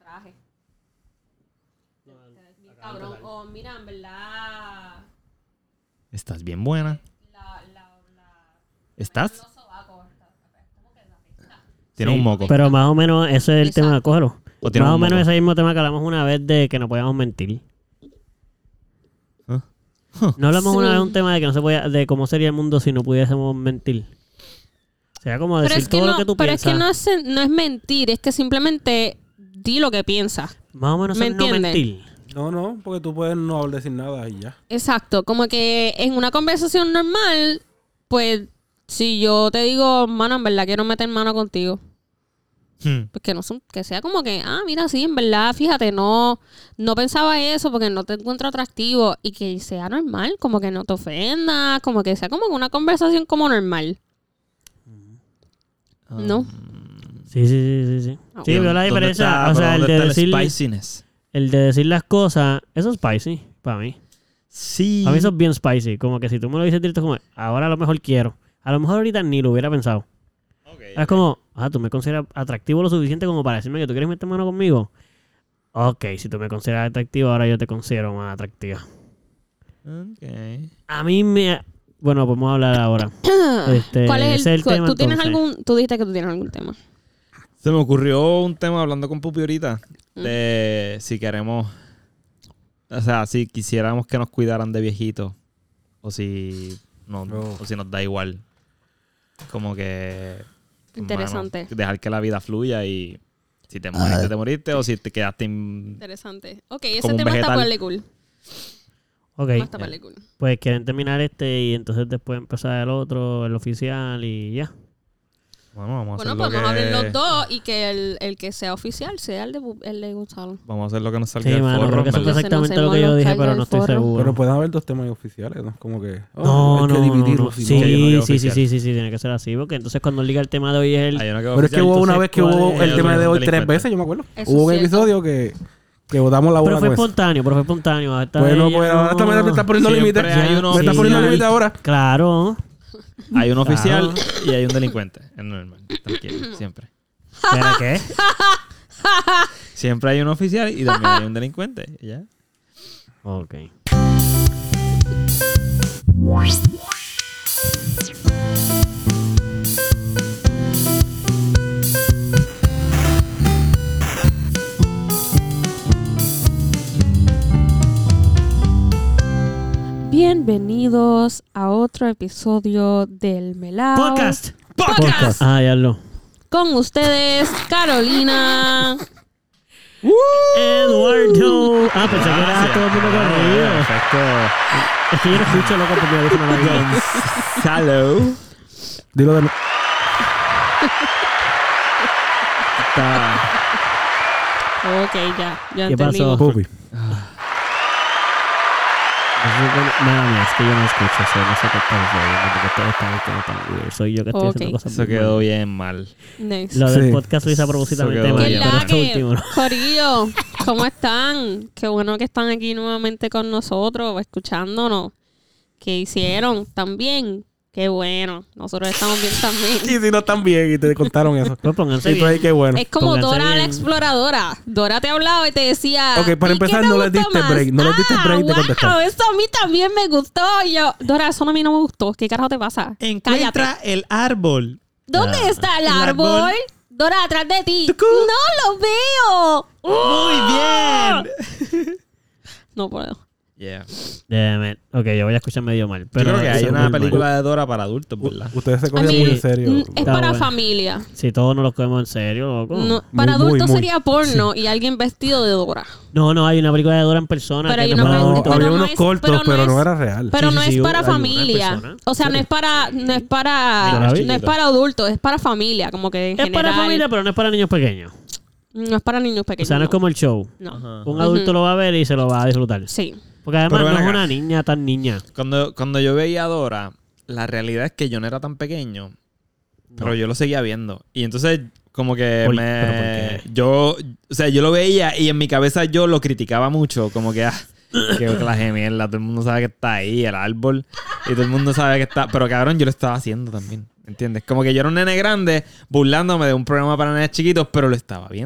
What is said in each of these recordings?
coraje. Cabrón. O mira, en verdad... Estás bien buena. ¿Estás? Tiene un moco. Pero más o menos ese es el tema, cógelo. Más o menos moco. ese mismo tema que hablamos una vez de que no podíamos mentir. No hablamos una vez un tema de que no se podía, de cómo sería el mundo si no pudiésemos mentir. Sería como decir todo lo que tú pero piensas. es que no es mentir, es que simplemente di lo que piensas. Más o menos ¿Me es no entiendes? mentir. No, porque tú puedes no decir nada y ya. Exacto, como que en una conversación normal, pues si yo te digo, mano, en verdad quiero meter mano contigo. Pues que sea como que, mira, sí, en verdad, fíjate, no pensaba eso porque no te encuentro atractivo y que sea normal, como que no te ofendas, como que sea como una conversación como normal. ¿No? Sí. Sí, veo la diferencia. O sea, el de decir... spiciness? El de decir las cosas, eso es spicy, para mí. Sí. A mí eso es bien spicy. Como que si tú me lo dices directo, como, ahora a lo mejor quiero. A lo mejor ahorita ni lo hubiera pensado. Es como, tú me consideras atractivo lo suficiente como para decirme que tú quieres meter mano conmigo. Ok, si tú me consideras atractivo, ahora yo te considero más atractiva. Okay. A mí me... Bueno, podemos hablar ahora. ¿Cuál es ese el tema, ¿Tú tienes entonces. tú dijiste que tú tienes algún tema? Se me ocurrió un tema hablando con Pupi ahorita de si queremos, o sea, si quisiéramos que nos cuidaran de viejitos o si o si nos da igual. Como que Interesante. mano, dejar que la vida fluya y si te moriste, te moriste o si te quedaste Interesante. Ok, ese como un tema está vegetal. para el cool. Ok, Está para el cool. pues quieren terminar y entonces después empezar el otro, el oficial y ya. Bueno, vamos a Bueno, hacer podemos lo que... abrir los dos y que el que sea oficial sea el de Gonzalo. Vamos a hacer lo que nos salga Sí, del mano, forro. creo que eso fue ¿verdad? exactamente lo que yo dije, pero no estoy seguro. Pero pueden haber dos temas oficiales, ¿no? Como que... No. hay que dividirlos. si que yo no quedo Sí, oficial. tiene que ser así, porque entonces cuando liga el tema de hoy es el... Ahí no quedó Pero es que oficial, hubo una entonces, vez que ¿cuál hubo es? el tema de hoy Delincuente. 3 veces, yo me acuerdo. Eso Hubo un es cierto. episodio que botamos la bola Pero fue con eso. espontáneo. Hasta Bueno, ella pues ahora no- me estás poniendo Siempre límites. hay uno Me estás poniendo oficial. límites ahora. Claro. Hay un oficial Claro. y hay un delincuente. Es normal. Tranquilo. Siempre. ¿Era qué? Siempre hay un oficial y también hay un delincuente. ¿Ya? Ok. Bienvenidos a otro episodio del Melao. Podcast. Podcast. Ya lo. Con ustedes, Carolina. Eduardo. Pensé que era Gracias. todo el mundo conmigo. Perfecto. Es que yo no escucho loco porque me dice una Gonzalo. Dilo de nuevo. Ok, ya ¿Qué entendimos. pasó? Pupi. Nada más, que yo no escucho eso. No sé qué está diciendo porque ustedes están como tan weird. Soy yo que estoy haciendo cosas Eso muy quedó mal. bien mal. Next. Lo del Sí. podcast lo hice a propósitamente Eso quedó mal, bien. pero ¿Qué esto la último no. Corillo, ¿cómo están? Qué bueno que están aquí nuevamente con nosotros, escuchándonos. ¿Qué hicieron? ¿También? Qué bueno. Nosotros estamos bien también. Y si no están bien y te contaron eso. Pues pónganse Sí, pues ahí bien. qué bueno. Es como Pónganse Dora la bien. exploradora. Dora te hablaba y te decía... Ok, para "¿Y empezar, qué te no les gustó diste más?". break. No les diste break de contestar. Eso a mí también me gustó. Y yo, Dora, eso a mí no me gustó. ¿Qué carajo te pasa? Cállate. el árbol. ¿Dónde Ya. está el El árbol? árbol. Dora, atrás de ti. Tucú. ¡No lo veo! Muy bien. No puedo. Yeah. Damn it. Ok, yo voy a escuchar medio mal. Yo Pero creo que hay eso es una muy mal. película de Dora para adultos, ¿verdad? Ustedes se A cogen mí, muy en serio. es Está para bueno. familia. Si todos nos lo cogemos en serio, loco. No, para muy, adultos muy. sería porno y alguien vestido de Dora. No, hay una película de Dora en persona. Pero que hay no una fue No, pero había no unos es- cortos, pero no pero no es- era real. Pero Sí, no sí, es sí, para hay una familia. persona. O sea, Sí. no es para Chiquito. no es para adultos, es para familia, como que en Es general. para familia, pero no es para niños pequeños. No es para niños O pequeños. sea, no es como el show. No. Ajá. Un adulto lo va a ver y se lo va a disfrutar. Sí. Porque además Pero no ven es acá. una niña tan niña. Cuando yo veía a Dora, la realidad es que yo no era tan pequeño, pero yo lo seguía viendo. Y entonces, como que ¿Pero por qué? yo lo veía y en mi cabeza yo lo criticaba mucho. Como que, qué clase de mierda. Todo el mundo sabe que está ahí, el árbol. Y todo el mundo sabe que está... Pero cabrón, yo lo estaba haciendo también. ¿Entiendes? Como que yo era un nene grande burlándome de un programa para nenes chiquitos, pero lo estaba viendo.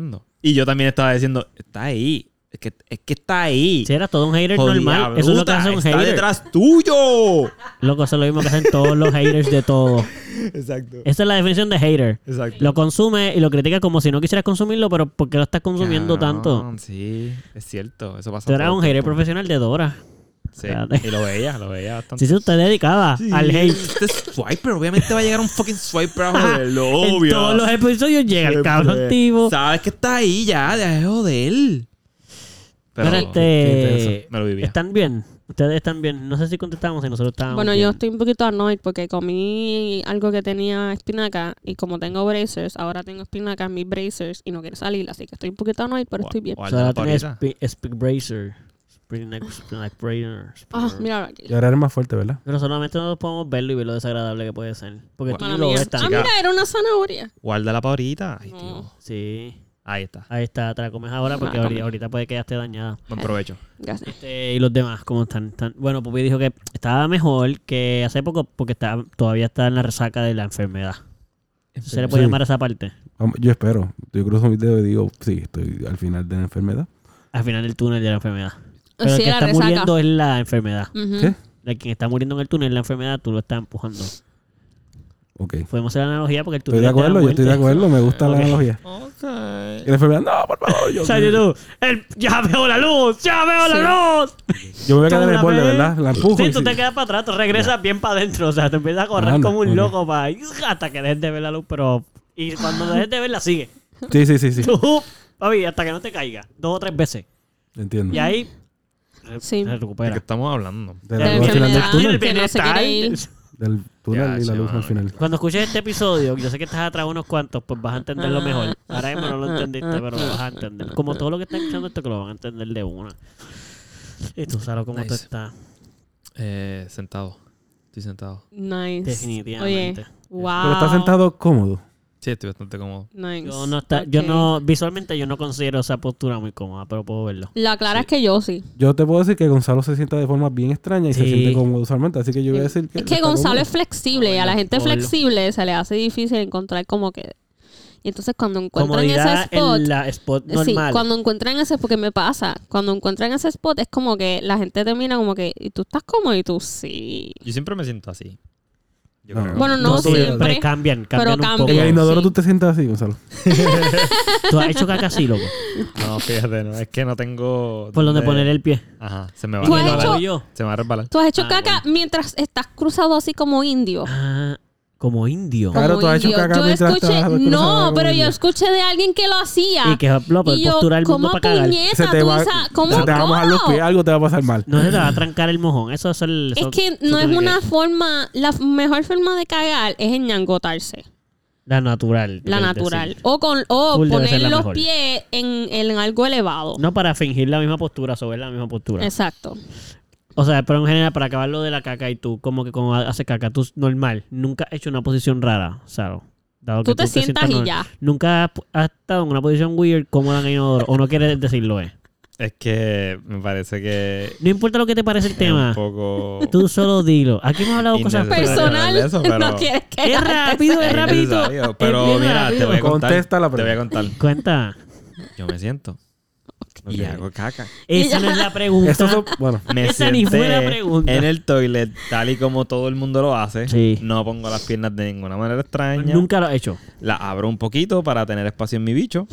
Y yo también estaba diciendo, está ahí. Es que está ahí. Si eras todo un hater Jodida normal, eso es lo que bruta, hace un está hater. detrás tuyo. Loco, eso es lo mismo que hacen todos los haters de todo. Exacto. Esa es la definición de hater. Exacto. Lo consume y lo critica como si no quisieras consumirlo, pero ¿por qué lo estás consumiendo tanto? Cabrón, sí, es cierto. Eso pasa Tú eras todo un el hater tiempo. profesional de Dora. Sí, Espérate. y lo veía bastante. Sí, usted dedicaba al hate. Este swiper, obviamente va a llegar un fucking swiper a joderlo, En obvio. todos los episodios llega el cabrón tipo. Sabes que está ahí ya, deja de joder. Pero me lo vivía. ¿Están bien? Ustedes están bien. No sé si contestamos y nosotros estábamos Bueno, bien. yo estoy un poquito annoyed porque comí algo que tenía espinaca y como tengo bracers, ahora tengo espinaca en mis bracers y no quiere salir, así que estoy un poquito annoyed, pero estoy bien. O sea, ahora tienes Speak Bracer. Spring Bracer. Mira aquí. Y ahora eres más fuerte, ¿verdad? Pero solamente nosotros podemos verlo y ver lo desagradable que puede ser. Porque tú Mala ni lo mía. ves tan. Mira, era una zanahoria. Guárdala para ahorita. Ay, No. tío. Sí. Ahí está. Ahí está, te la comes ahora porque ahorita puede que ya esté dañada. Buen provecho. Gracias. Y los demás, ¿cómo están? Bueno, Pupi dijo que estaba mejor que hace poco porque todavía está en la resaca de la enfermedad. ¿Se le puede Sí. llamar a esa parte? Yo espero. Yo cruzo mis dedos y digo, sí, estoy al final de la enfermedad. Al final del túnel de la enfermedad. Pero Sí, el que la está resaca. muriendo es la enfermedad. Ujú. ¿Qué? El quien está muriendo en el túnel es la enfermedad, tú lo estás empujando. Ok. Podemos hacer la analogía porque el Estoy túnel de es la acuerdo, yo estoy de muerte. acuerdo. Me gusta la Ok. analogía. Ok. Y la enfermedad, no, por favor. O sea, YouTube, ¡ya veo la luz! ¡Ya veo la luz! Yo me voy a quedar en el Una borde, vez. ¿verdad? La empujo. Sí, y tú sí. te quedas para atrás, tú regresas bien para adentro. O sea, te empiezas a correr Anda, como un ok. loco hasta que dejes de ver la luz, pero... Y cuando dejes de verla, sigue. Sí. Tú, papi, hasta que no te caiga. 2 o 3 veces. Entiendo. Y ahí... Sí. Se ¿De recupera. qué estamos hablando? De La la luz al final del enfermedad. túnel. Que no se quiere ir. Del túnel y la luz al final. Cuando escuches este episodio, yo sé que estás atrás de unos cuantos, pues vas a entenderlo mejor. Ahora mismo no lo entendiste, pero lo vas a entender. Como todo lo que están escuchando esto, que lo van a entender de una. Y tú sabes cómo tú Nice. estás. Sentado. Estoy sentado. Nice. Definitivamente. Oye, wow. Pero estás sentado cómodo. Sí, estoy bastante cómodo. Nice. Yo Ok. no, visualmente yo no considero esa postura muy cómoda, pero puedo verlo. La clara es que yo sí. Yo te puedo decir que Gonzalo se sienta de forma bien extraña y se Sí. siente cómodo usualmente. Así que yo voy a decir que... Es que está Gonzalo cómodo. es flexible y a la gente Ponlo. flexible se le hace difícil encontrar como que... Y entonces cuando encuentran ese Comodidad spot... en la spot Sí, normal. cuando encuentran ese... Porque me pasa. Cuando encuentran ese spot es como que la gente te mira como que... ¿Y tú estás cómodo? Y tú sí. Yo siempre me siento así. Yo No. creo. Bueno, no, No siempre siempre. cambian pero un cambian. poco. En el inodoro Sí. tú te sientas así, Gonzalo. Tú has hecho caca así, loco. No, fíjate, no. Es que no tengo... Por donde poner el pie. Ajá, se me va ¿Tú a has resbalar. hecho- yo? Se me va a resbalar. Tú has hecho Ah, caca mientras estás cruzado así como indio. Ah, como indio. Claro, Como tú has hecho indio. caca Yo mientras escuché, estabas cruzado no, como pero yo indio. escuché de alguien que lo hacía. Y que lo puede Y yo, posturar el mundo ¿cómo para cagar. puñeta Se te tú va, esa- ¿Cómo se te va a mojar los cómo? pies, algo te va a pasar mal. No se te va a trancar el mojón. Eso es el... Es eso- que eso no es tiene una que- forma... La mejor forma de cagar es enñangotarse. La natural. La quieres natural. decir. O Full debe ser poner la los mejor. pies en algo elevado. No para fingir la misma postura, sobre la misma postura. Exacto. O sea, pero en general, para acabar lo de la caca y tú, como que cuando haces caca, tú normal, nunca has hecho una posición rara, Saro. Dado que Tú te sientas y normal. ya. Nunca has estado en una posición weird, cómoda en el inodoro, o no quieres decirlo, Es que me parece que... No importa lo que te parece el es tema, un poco... tú solo dilo. Aquí hemos hablado cosas Innecesario. Personal, de eso, pero- no quieres que Es rápido, es rapidito. innecesario. Pero bien mira, rápido. te voy a contar. Contesta la Te voy a contar. Cuenta. Yo me siento y hago caca. Esa no es la pregunta. Estos son, bueno, Me Esa ni fue la senté pregunta. en el toilet tal y como todo el mundo lo hace. Sí. No pongo las piernas de ninguna manera extraña. Nunca lo he hecho. La abro un poquito para tener espacio en mi bicho.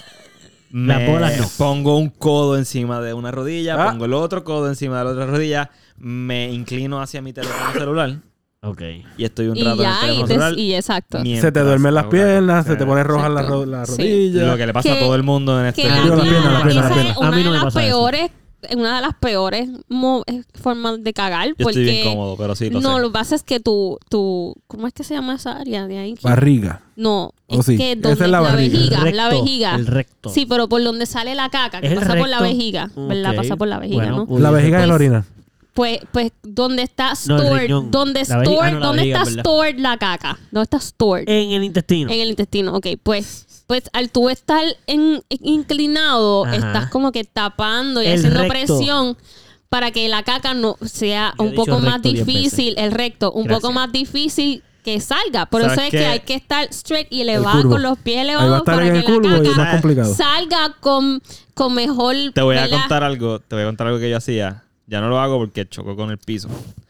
Las bolas no. Pongo un codo encima de una rodilla, Ah. pongo el otro codo encima de la otra rodilla, me inclino hacia mi teléfono celular Ok. y estoy un Y rato en el ya, teléfono y, celular. exacto. se te mientras duermen las hago caca. piernas, se te pone roja la, Exacto. la Sí. rodilla. Lo que le pasa a Que- todo el mundo en este Que Digo, la pierna, la pierna, la esa pierna. es A una mí no de me las pasa eso. peores, una de las peores formas de cagar. Yo Porque estoy bien cómodo, pero sí lo no, sé. lo que pasa es que tú, ¿cómo es que se llama esa área de ahí? Barriga. No, Oh, es sí. que Esa donde es la barriga. la Recto, vejiga. El recto. Sí, pero por donde sale la caca, que ¿Es el pasa por la recto? vejiga, ¿verdad? Ok. Pasa por la vejiga, Bueno, ¿no? pudiese La vejiga es Pues, la orina. Pues donde está No, el stored, riñón. donde La vejiga- no, la ¿dónde vejiga, está ¿verdad? stored la caca? ¿Dónde está stored? En el intestino. En el intestino. Ok, pues al tú estar inclinado, Ajá. estás como que tapando y El haciendo recto. presión para que la caca no sea Yo he un poco dicho más recto 10 difícil, el recto, un Gracias. poco más difícil que salga. Por eso es que hay que estar straight y elevado, curvo. con los pies Ahí va a elevados estar para en que el curvo y es la más caca complicado. salga con mejor... Te voy a ¿verdad? contar algo. Te voy a contar algo que yo hacía. Ya no lo hago porque choco con el piso.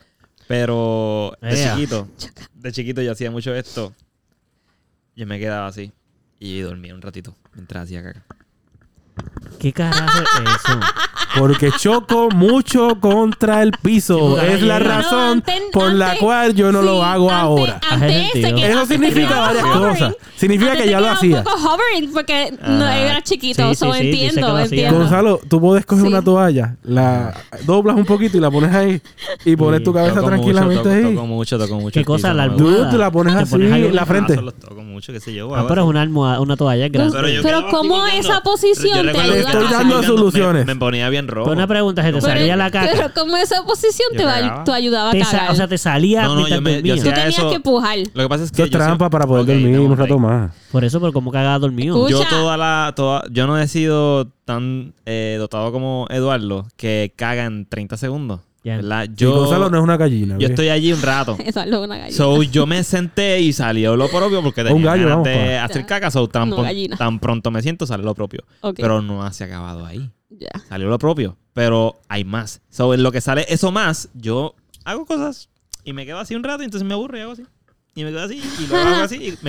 Pero de chiquito yo hacía mucho esto. Yo me quedaba así y dormía un ratito mientras hacía caca. ¿Qué carajo es eso? Porque choco mucho contra el piso. Sí, Es la bueno, razón por la cual yo no lo hago ahora. Hace sentido. Eso significa varias cosas. Significa que ya lo hacía. Un poco hovering porque no era chiquito. Sí, So sí, sí, dice que entiendo, lo hacía. entiendo. Gonzalo, tú puedes coger Sí. una toalla, la doblas un poquito y la pones ahí y pones Sí. tu cabeza Toco tranquilamente ahí. Toco mucho ¿Qué el cosa? piso, La no me almohada. gusta. Tú la pones Te así pones ahí en la frente. Los toco mucho, qué sé yo. Ah, pero es una almohada, una toalla grande. Pero yo Pero quedaba ¿cómo así esa mirando. posición Yo te recuerdo que ayuda Estoy a dando cagar? soluciones. Me ponía bien rojo. Pero una pregunta, ¿se te salía la caca? Pero ¿cómo esa posición Yo te cagaba. ayudaba a Te cagar? o sea, te salía No, mientras yo dormías. Tú hacía tenías eso. que empujar. Lo que pasa es que Eso es trampa para poder dormir un rato más. Por eso, pero como cagaba dormido. Escucha. Yo no he sido tan dotado como Eduardo que caga en 30 segundos. Ya. ¿Verdad? Y Gonzalo no es una gallina. Yo ¿ok? estoy allí un rato. Eso es una gallina. So, yo me senté y salió lo propio porque Un tenía gallo, ganas vamos, de pa. hacer caca. So, No, gallina. tan pronto me siento, sale lo propio. Ok. Pero no se ha acabado ahí. Ya. Salió lo propio. Pero hay más. So, en lo que sale eso más, yo hago cosas y me quedo así un rato y entonces me aburro y hago así. Y me quedo así y luego hago así y me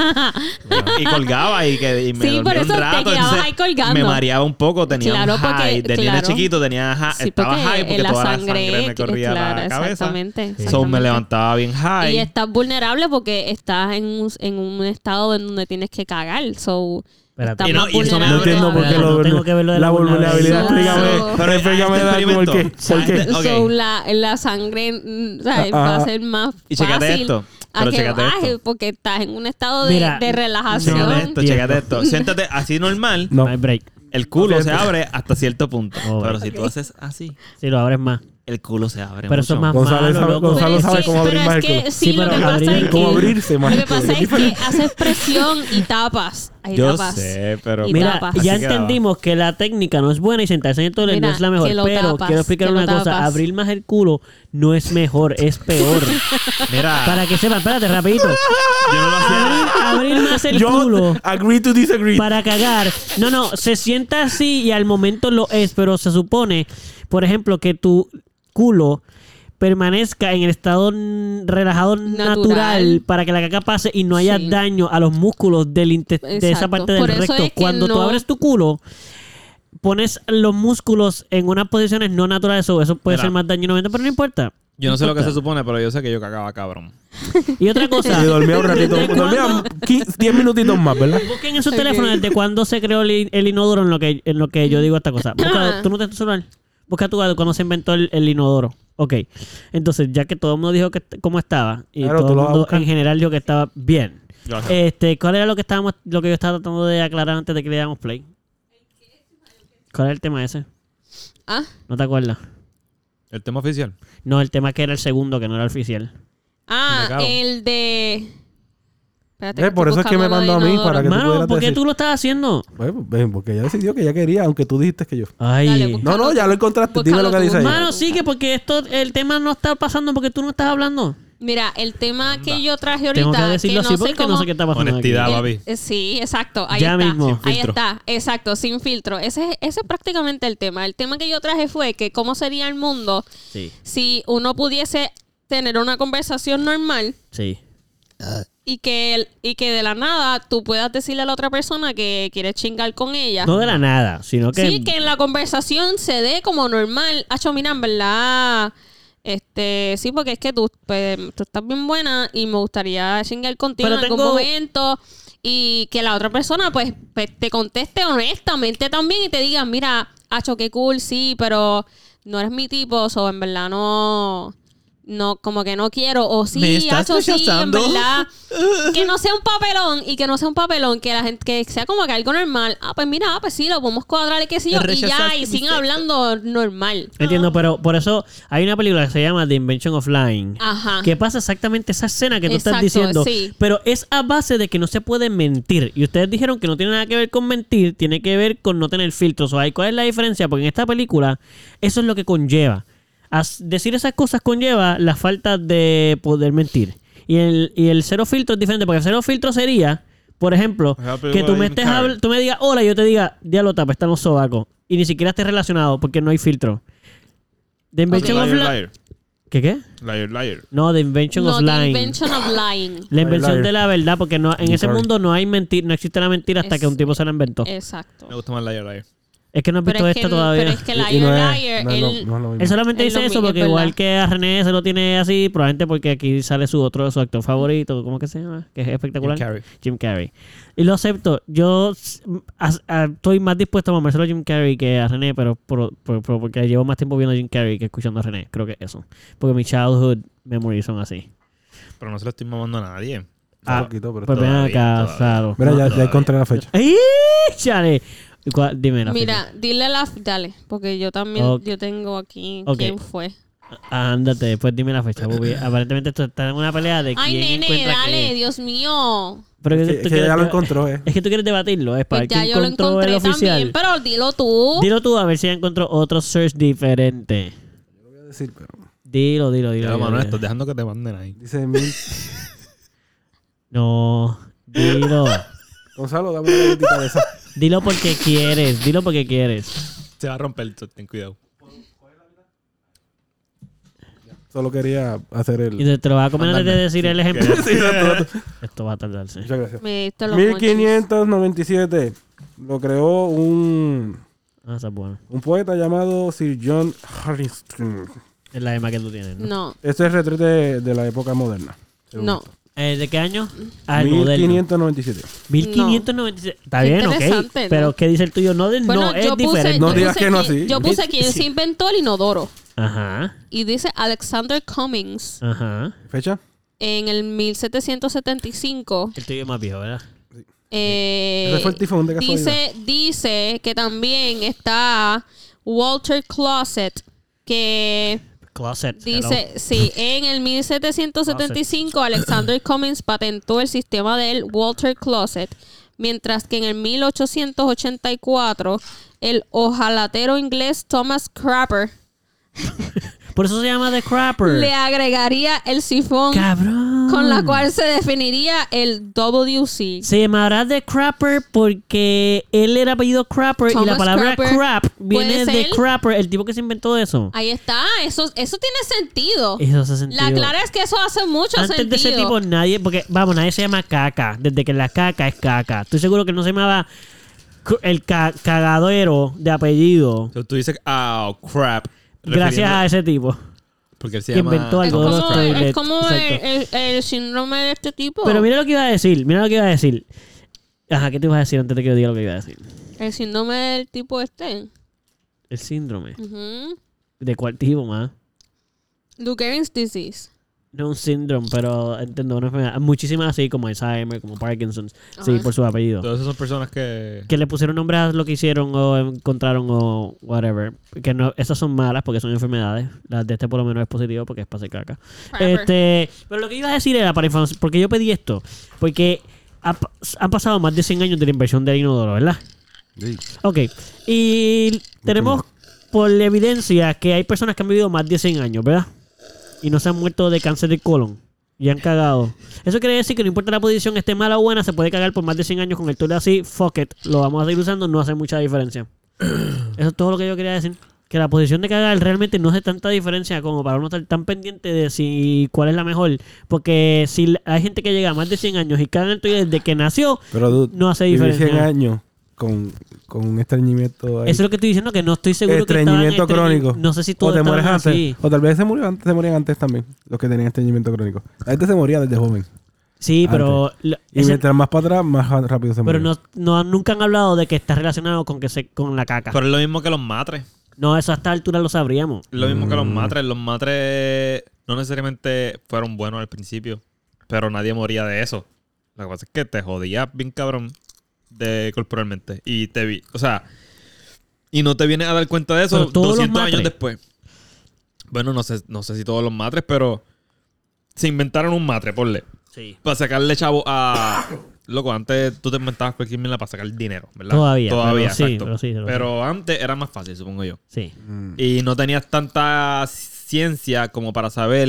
y colgaba y me Sí, dormía por eso un te rato. quedabas entonces ahí colgando. me mareaba un poco, tenía Claro, un high. porque- De niño claro. chiquito tenía Sí, estaba high porque la toda la sangre me corría claro, la cabeza. Exactamente. Sí. So, me exactamente. levantaba bien high. Y estás vulnerable porque estás en un estado en donde tienes que cagar. So, Espérate. estás Y no- más y eso me- No vulnerable entiendo por qué todavía. No tengo que ver lo de la la vulnerabilidad. vulnerabilidad. Explícame. Pero Explícame este por qué. experimento, ¿Por qué? Ok. So, la sangre va a ser más Y chécate fácil esto. a Pero que chécate baje esto. porque estás en un estado Mira, de relajación. Chécate esto, Entiendo. chécate esto. Siéntate así normal. No. No hay break. El culo Ok. se abre hasta cierto punto. Oh, pero ok. si tú haces así, Si lo abres más. el culo se abre Pero eso es mucho. más Gonzalo malo, sabe- loco. Gonzalo sabe cómo abrir pero más es el que culo. sí, Sí, lo pero que pasa abrir- es ¿Cómo que abrirse más? lo que pasa es que haces presión y tapas. Ahí Yo tapas. sé, pero... Y Mira, tapas. ya Así quedaba. entendimos que la técnica no es buena y sentarse en el toilet no Mira, es la mejor. que lo Pero tapas, quiero explicar que lo una cosa. tapas. Abrir más el culo no es mejor, es peor. Mira, Para que sepan, espérate, rapidito. yo no lo hacía... Abrir más el Yo culo agree to disagree. para cagar. No, se sienta así y al momento lo es, pero se supone, por ejemplo, que tu culo permanezca en el estado relajado natural para que la caca pase y no haya Sí. daño a los músculos de esa Exacto. parte del Por eso recto. es que Cuando tú no- abres tu culo, pones los músculos en unas posiciones no naturales, o eso puede Mira. ser más dañino, pero no importa. Yo no sé lo que se importa. supone, pero yo sé que yo cagaba cabrón. Y otra cosa, Y dormía un ratito. ¿desde Dormía cuándo? 10 minutitos más, ¿verdad? Busquen en su teléfono desde cuándo se creó el inodoro en lo que yo digo esta cosa. Busca, Ah. ¿tú no tienes tu celular? Busca tú cuando se inventó el inodoro. Ok. Entonces, ya que todo el mundo dijo que cómo estaba, y Claro, todo tú el lo vas a mundo buscar. en general dijo que estaba bien. Gracias. ¿Cuál era lo que yo estaba tratando de aclarar antes de que le diéramos play? ¿Cuál era el tema ese? Ah, ¿No te acuerdas? El tema oficial. No, el tema que era el segundo, que no era el oficial. Me cago. el de... Espérate, Por eso es que me buscando lo mandó de a mí inodoro. para que tú Mano, pudieras ¿por qué decir. tú lo estás haciendo? Bueno, porque ella decidió que ella quería, aunque tú dijiste que yo. Ay. Dale, busca. No, ya lo encontraste. Dime lo que Búscalo dice tú. ahí. Mano, sigue porque el tema no está pasando porque tú no estás hablando. Mira, el tema que yo traje Tengo ahorita, que decirlo que así no sé porque cómo... no sé qué está pasando. Honestidad, aquí. papi. Sí, exacto. Ahí Ya está. mismo. Sin Ahí filtro. está. Exacto, sin filtro. Ese es prácticamente el tema. El tema que yo traje fue que cómo sería el mundo Sí, si uno pudiese tener una conversación normal sí. y que de la nada tú puedas decirle a la otra persona que quieres chingar con ella. No de la nada, sino que... Sí, que en la conversación se dé como normal. Acho, mira, en verdad, sí, porque es que tú estás bien buena y me gustaría chingar contigo Pero en algún tengo- momento y que la otra persona pues te conteste honestamente también y te diga, mira, Acho, qué cool, sí, pero no eres mi tipo, o en verdad no, como que no quiero, o sí, ¿Me estás Acho, sí, en rechazando? verdad, que no sea un papelón y que no sea un papelón, que la gente, que sea como que algo normal. Pues mira, pues sí, lo podemos cuadrar y qué sé yo, y ya, Rechazaste y mi siguen sexo. hablando normal. Entiendo, pero por eso hay una película que se llama The Invention of Lying. Ajá. Que pasa exactamente esa escena que tú estás Exacto, diciendo. sí. Pero es a base de que no se puede mentir. Y ustedes dijeron que no tiene nada que ver con mentir, tiene que ver con no tener filtros. O sea, ¿cuál es la diferencia? Porque en esta película, eso es lo que conlleva. Decir esas cosas conlleva la falta de poder mentir. Y el cero filtro es diferente, porque el cero filtro sería, por ejemplo, que tú me tú me digas hola y yo te diga, diablo tapa, están los sobacos. Y ni siquiera estés relacionado porque no hay filtro. The Invention of Lying. ¿Qué? Liar. No, The Invention of Lying. The Invention of Lying. La invención de la verdad, porque no, en ese mundo no hay no existe la mentira hasta que un tipo se la inventó. Exacto. Me gusta más Liar. Es que no has visto esto todavía. Pero es que Liar, él solamente dice eso porque igual que a René se lo tiene así, probablemente porque aquí sale su actor favorito, ¿cómo que se llama? Que es espectacular. Jim Carrey. Y lo acepto. Yo estoy más dispuesto a mamárselo a Jim Carrey que a René, pero porque llevo más tiempo viendo a Jim Carrey que escuchando a René. Creo que eso. Porque mis childhood memories son así. Pero no se lo estoy mamando a nadie. Pues ven acá, Saro. Mira, ya encontré la fecha. ¡Ay, chale! Dime la Mira, fecha. Dale, porque yo también, yo tengo aquí quién fue. Ándate, después dime la fecha, Bubi. Aparentemente esto está en una pelea de quién encuentra dale, qué. Dios mío. Pero es que ya lo encontró, Es que tú quieres debatirlo, es para pues que ya yo lo encontré el oficial. también, pero dilo tú. Dilo tú a ver si ya encontró otro search diferente. Yo lo voy a decir, pero... Dilo. Pero, Manuel, estás dejando que te manden ahí. Dice No, dilo. Gonzalo, dame una galletita de esa. Dilo porque quieres. Se va a romper, ten cuidado. Solo quería hacer el... Y te lo vas a comer antes de decir el ejemplo. Sí, Esto va a tardarse. Muchas gracias. Me diste los 1597 lo creó Esa es buena. un poeta llamado Sir John Harrington. Es la misma que tú tienes, ¿no? No. Este es el retrete de la época moderna. No. ¿De qué año? El moderno. 1597. 1597. Está Qué bien, ok. interesante, ¿no? Pero ¿qué dice el tuyo? No, Bueno, es diferente. No digas que no así. Yo puse quién se inventó el inodoro. Ajá. Y dice Alexander Cummings Ajá. ¿Fecha? en el 1775. El tuyo es más viejo, ¿verdad? Ese fue el tifón de casualidad. Dice que también está Walter Closet, que Closet. dice, sí, en el 1775 Alexander Cummings patentó el sistema del Walter Closet, mientras que en el 1884 el hojalatero inglés Thomas Crapper Por eso se llama The Crapper. le agregaría el sifón, ¡Cabrón! con la cual se definiría el WC. Se llamará The Crapper porque él era apellido Crapper y la Thomas palabra Crapper. crap viene ¿Puede de ser? Crapper, el tipo que se inventó eso. Ahí está, eso tiene sentido. Eso hace sentido. La clara es que eso hace mucho Antes sentido. de ese tipo nadie, porque nadie se llama caca, desde que la caca es caca. Estoy seguro que no se llamaba el cagadero de apellido. Entonces tú dices, crap. Gracias a ese tipo. Porque él se que llama... inventó Es algo de los como, toilets. es como Exacto. el síndrome de este tipo. Pero mira lo que iba a decir. Ajá, ¿qué te ibas a decir antes de que yo diga lo que iba a decir? El síndrome del tipo este. El síndrome. Ujú. ¿De cuál tipo, más? Lou Gehrig's disease. No un síndrome, pero entiendo una enfermedad. Muchísimas así, como Alzheimer, como Parkinson's. Sí, Ajá. por su apellido. Todas esas son personas que... Que le pusieron nombre a lo que hicieron o encontraron o whatever. Que no, esas son malas porque son enfermedades. Las de este por lo menos es positivo porque es para hacer caca. Pero lo que iba a decir era para información. Porque yo pedí esto. Porque han pasado más de 100 años de la inversión del inodoro, ¿verdad? Sí. Ok. Y tenemos por evidencia que hay personas que han vivido más de 100 años, ¿verdad? Y no se han muerto de cáncer del colon. Y han cagado. Eso quiere decir que no importa la posición, esté mala o buena, se puede cagar por más de 100 años con el toilet así. Fuck it. Lo vamos a seguir usando, no hace mucha diferencia. Eso es todo lo que yo quería decir. Que la posición de cagar realmente no hace tanta diferencia como para uno estar tan pendiente de cuál es la mejor. Porque si hay gente que llega a más de 100 años y caga en el toilet desde que nació, Pero dude, no hace vivir diferencia. 100 años con un estreñimiento ahí. Eso es lo que estoy diciendo, que no estoy seguro Estreñimiento que estaban crónico. No sé si o todos te mueres estaban antes. así. O tal vez se morían antes también. Los que tenían estreñimiento crónico. La gente se moría desde joven. Sí, pero... Y mientras más para atrás, más rápido se moría. Pero nunca han hablado de que está relacionado con con la caca. Pero es lo mismo que los matres. No, eso a esta altura lo sabríamos. Es lo mismo que los matres. Los matres no necesariamente fueron buenos al principio. Pero nadie moría de eso. La cosa es que te jodías bien cabrón corporalmente. Y y no te vienes a dar cuenta de eso Pero todos 200 los años matres. después. Bueno, no sé si todos los matres, pero se inventaron un matre, ponle. Sí. Para sacarle chavo a... Loco, antes tú te inventabas cualquier mierda para sacar dinero, ¿verdad? Todavía, exacto. pero sí. Pero antes era más fácil, supongo yo. Sí. Y no tenías tanta ciencia como para saber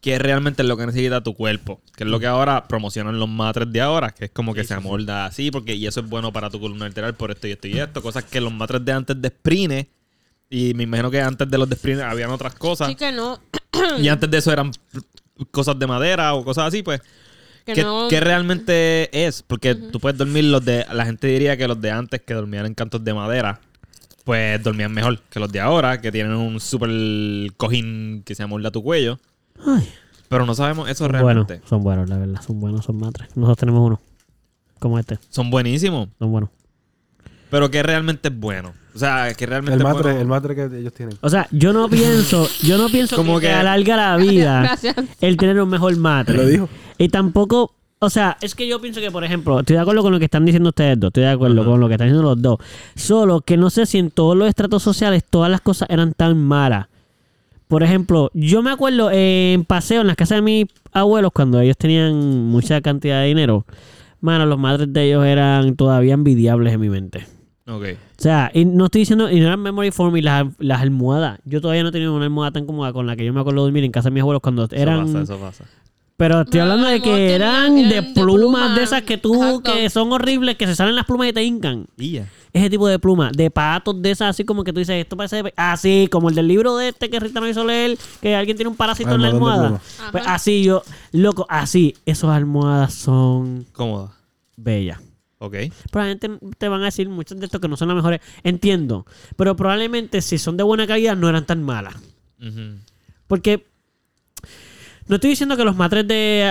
qué realmente es lo que necesita tu cuerpo. Que es lo que ahora promocionan los matres de ahora, que es como que se amolda así, porque y eso es bueno para tu columna vertebral por esto y esto y esto. Cosas que los matres de antes de Sprine, y me imagino que antes de los de Sprine habían otras cosas. Sí que no. Y antes de eso eran cosas de madera o cosas así, pues. ¿Qué realmente es? Porque tú puedes dormir la gente diría que los de antes que dormían en cantos de madera, pues dormían mejor que los de ahora, que tienen un super cojín que se amolda tu cuello. Ay. Pero no sabemos eso Son realmente. buenos, son buenos, la verdad. Son buenos, son matres. Nosotros tenemos uno. Como este. Son buenísimos. Son buenos. Pero ¿qué realmente es bueno? O sea, ¿qué realmente es bueno? El matre que ellos tienen. O sea, yo no pienso Como que que- te alarga la vida Gracias. el tener un mejor matre. Te lo dijo. Y tampoco, o sea, es que yo pienso que, por ejemplo, estoy de acuerdo con lo que están diciendo ustedes dos, estoy de acuerdo con lo que están diciendo los dos. Solo que no sé si en todos los estratos sociales todas las cosas eran tan malas. Por ejemplo, yo me acuerdo en paseo en las casas de mis abuelos cuando ellos tenían mucha cantidad de dinero. Mano, los madres de ellos eran todavía envidiables en mi mente. Ok. O sea, y no estoy diciendo, y no eran memory foam y las almohadas. Yo todavía no he tenido una almohada tan cómoda con la que yo me acuerdo de dormir en casa de mis abuelos cuando eran... Eso pasa. Pero estoy No, hablando de amor, que eran de eran de plumas plumas. de esas que tú, Exacto. que son horribles, que se salen las plumas y te hincan. Y ya. Ese tipo de plumas, de patos de esas, así como que tú dices, esto parece... Así, como el del libro de este que Rita no hizo leer, que alguien tiene un parásito en la Almohadón de almohada. pluma. Pues Ajá. así yo, loco, así, esas almohadas son Cómoda. bellas. Ok. Probablemente te van a decir muchos de estos que no son las mejores. Entiendo. Pero probablemente si son de buena calidad no eran tan malas. Ujú. Porque no estoy diciendo que los matres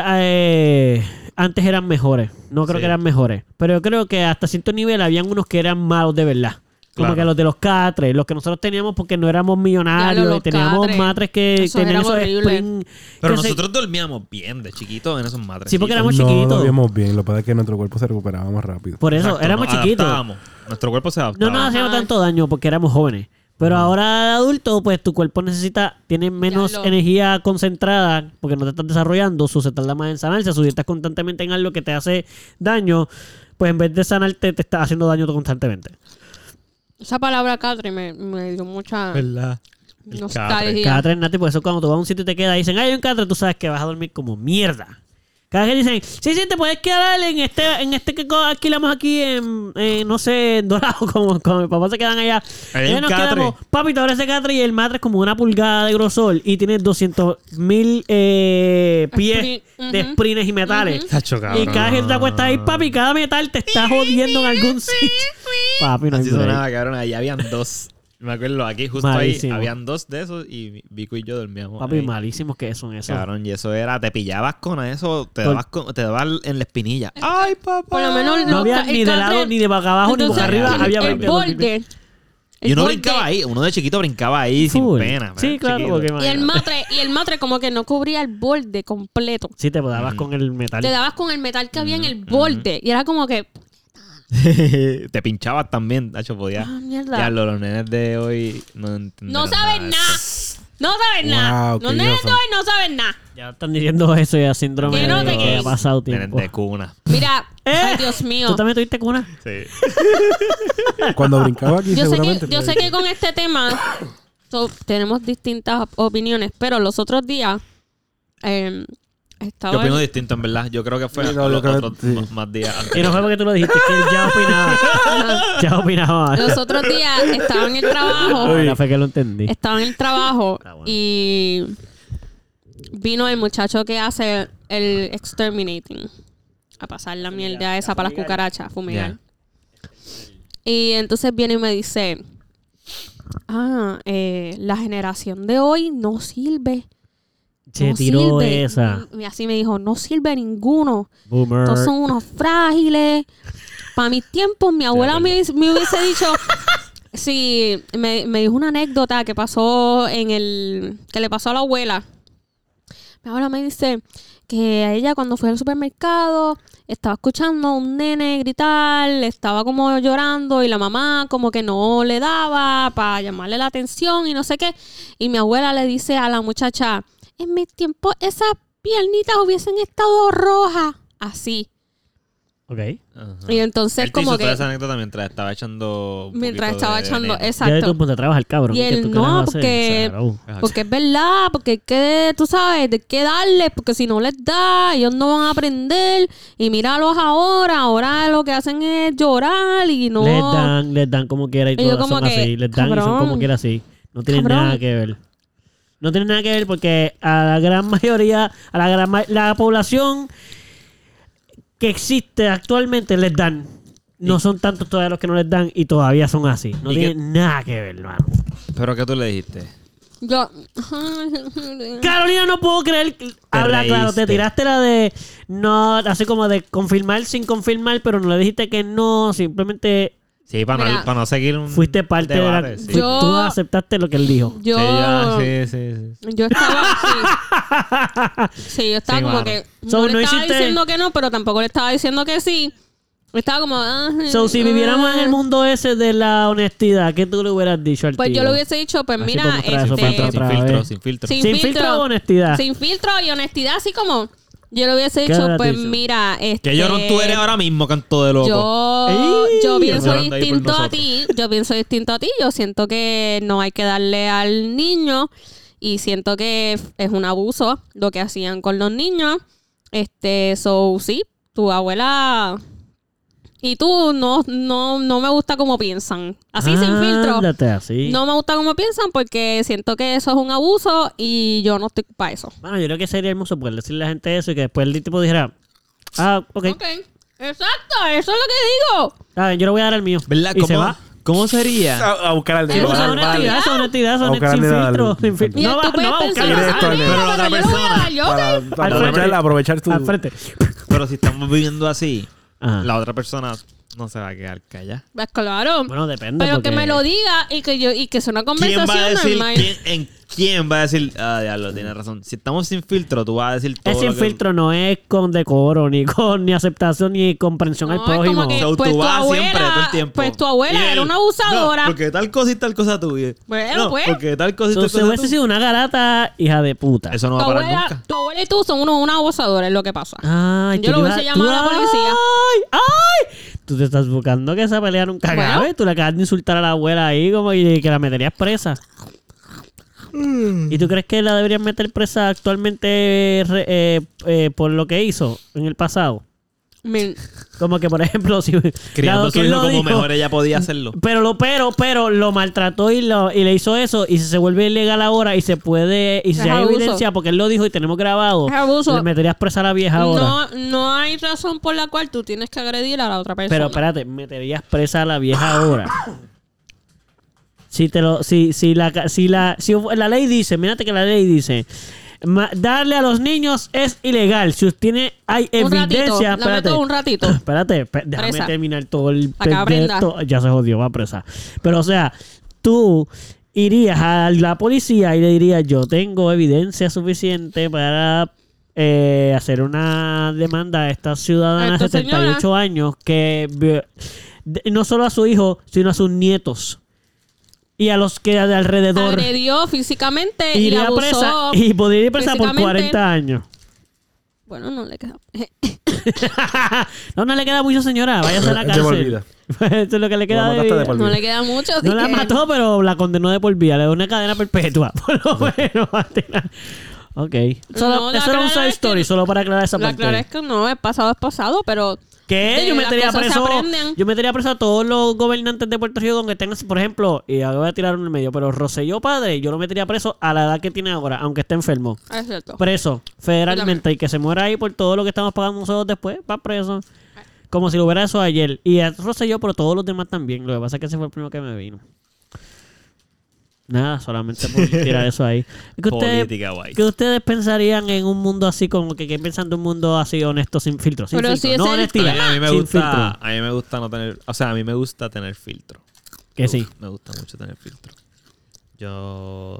de antes eran mejores. No creo Sí. que eran mejores. Pero yo creo que hasta cierto nivel habían unos que eran malos de verdad. Como Claro. que los de los catres, los que nosotros teníamos porque no éramos millonarios los y teníamos catres. matres que Esos tenían eran esos horribles. spring. Pero que se- nosotros dormíamos bien de chiquitos en esos matres. Sí, porque éramos No chiquitos. lo vimos bien. Lo que pasa es que nuestro cuerpo se recuperaba más rápido. Por eso, Exacto, éramos nos chiquitos. adaptábamos. Nuestro cuerpo se No adaptaba. nos hacíamos Ajá. tanto daño porque éramos jóvenes. Pero ahora de adulto, pues tu cuerpo tiene menos Diablo. energía concentrada porque no te estás desarrollando, se tarda más en sanarse, si estás constantemente en algo que te hace daño, pues en vez de sanarte te estás haciendo daño tú constantemente. Esa palabra catre me dio mucha ¿Verdad? nostalgia. Cada tres nati, por eso cuando tú vas a un sitio y te quedas y dicen, hay un catre, tú sabes que vas a dormir como mierda. Cada vez que dicen, sí, te puedes quedar en este que alquilamos aquí no sé, en Dorado, como mi papá se quedan allá. Ahí Y en nos catre. quedamos, papi, te abre ese catre y el matre es como una pulgada de grosor y tiene 200,000 pies de Ujú. sprines y metales. Tacho, Y cabrón. cada vez que tú te acuestas ahí, papi, cada metal te está jodiendo en algún sitio. Papi, no hay Así break. sonaba, cabrón. Allá habían dos. Me acuerdo, aquí justo Malísimo. ahí habían dos de esos y Vico y yo dormíamos. Papi, ahí. malísimos que son esos. Cabrón, y eso era, te pillabas con eso, te dabas en la espinilla. ¡Ay, papá! Por lo menos No había el ni de catre- lado, ni de boca abajo, ni boca Entonces, arriba. el- Había el borde. Y uno brincaba ahí, uno de chiquito brincaba ahí sin Full. pena. Sí, ¿verdad? claro, Chiquito. porque Y el matre como que no cubría el borde completo. sí, te dabas con el metal. Te dabas con el metal que había en el borde. Y era como que, Te pinchabas también, Tacho, podías. mierda. Ya, los nenes de hoy no entienden. No saben nada. No saben nada. Wow, Los qué nenes viejo. de hoy no saben nada. Ya están diciendo eso ya síndrome Que no de te que quedes. ha pasado Nenes tiempo. de cuna. Mira, ay Dios mío. ¿Tú también tuviste cuna? Sí. Cuando brincaba aquí, Yo sé seguramente. que con este tema tenemos distintas opiniones, pero los otros días estaba Yo opino en- distinto, en verdad. Yo creo que fue Sí, no, yo los creo otros que sí. más días antes. Y no fue porque tú lo dijiste, es que él ya opinaba. Ya opinaba. los otros días estaba en el trabajo. Ahora fue que lo entendí. Estaba en el trabajo Ah, bueno. y vino el muchacho que hace el exterminating a pasar la mierda esa para las cucarachas, a fumigar. Y entonces viene y me dice, la generación de hoy no sirve. Se no tiró sirve". esa. Y así me dijo, no sirve ninguno. Boomer. Todos son unos frágiles. Para mis tiempos, mi abuela me hubiese dicho... Sí, me dijo una anécdota que pasó que le pasó a la abuela. Mi abuela me dice que a ella cuando fue al supermercado estaba escuchando a un nene gritar, estaba como llorando y la mamá como que no le daba para llamarle la atención y no sé qué. Y mi abuela le dice a la muchacha, en mis tiempos esas piernitas hubiesen estado rojas. Así. Ok. Ajá. Y entonces Él te hizo como toda que... esa anécdota mientras estaba echando un Mientras poquito estaba de echando... veneno. Ya de tu Exacto. punto de trabajo al cabrón. Y ¿Qué él, tú no, quieres hacer? porque... Claro. Porque es verdad, porque hay que, tú sabes, hay que darles, porque si no les da, ellos no van a aprender. Y míralos ahora lo que hacen es llorar y no... Les dan como quiera y Y yo todas como son que, así. Les dan y son cabrón. como quiera así. No tienen Cabrón. nada que ver. No tienen nada que ver porque a la gran mayoría, la población que existe actualmente les dan. No son tantos todavía los que no les dan y todavía son así. No ¿Y tienen nada que ver, hermano. ¿Pero qué tú le dijiste? Yo... Carolina, no puedo creer. Habla claro, te reíste. tiraste la de no, así como de confirmar sin confirmar, pero no le dijiste que no, simplemente Sí, para Mira, no seguir un fuiste parte debate, de la. sí. Yo- Tú aceptaste lo que él dijo. Yo... Sí. Yo estaba así. Sí, yo estaba Sí, como mano. que... So, No le no estaba hiciste- diciendo que no, pero tampoco le estaba diciendo que sí. Estaba como... So, si viviéramos en el mundo ese de la honestidad, ¿qué tú le hubieras dicho al Pues tío? yo le hubiese dicho, pues Así mira, podemos traer eso para este, otra sin filtro, vez. sin filtro. Sí. Sin filtro o honestidad. sin filtro y honestidad, así como yo le hubiese ¿Qué dicho, hubieras pues dicho? mira, Que yo no tú eres ahora mismo, canto de loco. yo Ey, pienso hablando ahí por distinto a nosotros. ti, yo pienso distinto a ti, yo siento que no hay que darle al niño y siento que es un abuso lo que hacían con los niños. Sí, tu abuela y tú no me gusta cómo piensan. Así sin filtro. Ándate así. No me gusta cómo piensan porque siento que eso es un abuso y yo no estoy para eso. Bueno, yo creo que sería hermoso poder decirle a la gente eso y que después el tipo dijera, ok, Ok, exacto, eso es lo que digo. está bien, yo le voy a dar el mío. ¿Verdad? Y se va. ¿Cómo sería? A buscar al Sí, nene. pues, Vale, honestidad, esa honestidad, A buscar sin al nene, filtro, dale. sin filtro. Y No va tú puedes a pensar buscar de esa Directo, manera, pero la otra yo le voy a persona- dar, yo, ok. Para aprovechar tu... al frente. Pero si estamos viviendo así, Ajá. la otra persona no se va a quedar callada. Pues claro. Bueno, depende. Pero porque... que me lo diga y que sea una ¿Quién conversación va a decir? normal. ¿Quién va a decir? Ah, diablo, tienes razón. Si estamos sin filtro, tú vas a decir todo Es sin lo que... filtro, no es con decoro, ni aceptación, ni comprensión al No, es prójimo. como que- So, pues tú tu vas abuela- siempre, todo el tiempo. pues tu abuela Y era él, una abusadora. No, porque tal cosa y tal cosa tuya. Bueno, no, pues. porque tal cosa y So, tal se cosa hubiese tuya. sido una garata hija de puta. Eso no Tu va a parar abuela, nunca. tu abuela y tú son una abusadora, es lo que pasa. Ay, Yo tú lo le hubiese vas- llamado tú- a la policía. ¡Ay! ¡Ay! Tú te estás buscando que esa pelea nunca Bueno. acabe. Tú le acabas de insultar a la abuela ahí como y que la meterías presa. ¿Y tú crees que la deberían meter presa actualmente por lo que hizo en el pasado? Mi- Como que, por ejemplo, si Criando dado a su que él hijo lo como dijo, mejor ella podía hacerlo. pero lo maltrató y le hizo eso y si se vuelve ilegal ahora y se puede y si Es hay abuso. evidencia porque él lo dijo y tenemos grabado, Es abuso. le meterías presa a la vieja ahora. no hay razón por la cual tú tienes que agredir a la otra persona. Pero espérate, meterías presa a la vieja ahora. Si la ley dice, mírate que la ley dice, darle a los niños es ilegal. Si hay un ratito, evidencia, la espérate. meto un ratito. Espérate, déjame Presa. terminar todo el Pa' que aprenda. ya se jodió, va presa. Pero o sea, tú irías a la policía y le dirías, yo tengo evidencia suficiente para hacer una demanda a esta ciudadana de Esta 78 años que no solo a su hijo, sino a sus nietos. Y a los que de alrededor Agredió físicamente y iría abusó. presa y podría ir presa por físicamente. 40 años. Bueno, no le queda. No le queda mucho, señora. Váyase a la Se me cárcel. olvida. Esto es lo que le queda Lo de mataste de vida. por No vida. le queda mucho. así No la que- mató, pero la condenó de por vida. Le dio una cadena perpetua. Por lo menos. Ok. No, la eso era un clara side es que- story, solo para aclarar esa La parte. clara es que no, es pasado, pero... ¿Qué? de Yo las metería cosas se preso. aprenden. Yo metería preso a todos los gobernantes de Puerto Rico donde tengan, por ejemplo, y ahora voy a tirar uno en el medio, pero Rosselló padre, yo lo metería preso a la edad que tiene ahora, aunque esté enfermo. Es cierto. Preso, federalmente, y que se muera ahí por todo lo que estamos pagando nosotros después, va preso. Como si lo hubiera eso ayer. Y a Rosselló, pero todos los demás también. Lo que pasa es que ese fue el primero que me vino. Nada, solamente por tirar eso ahí. Política, guay. ¿Qué ustedes pensarían en un mundo así, como que piensan de un mundo así honesto, sin filtro? Sin Pero filtro, si es no el honestidad, A mí me sin gusta, filtro. a mí me gusta no tener, o sea, a mí me gusta tener filtro. Que sí. Me gusta mucho tener filtro. Yo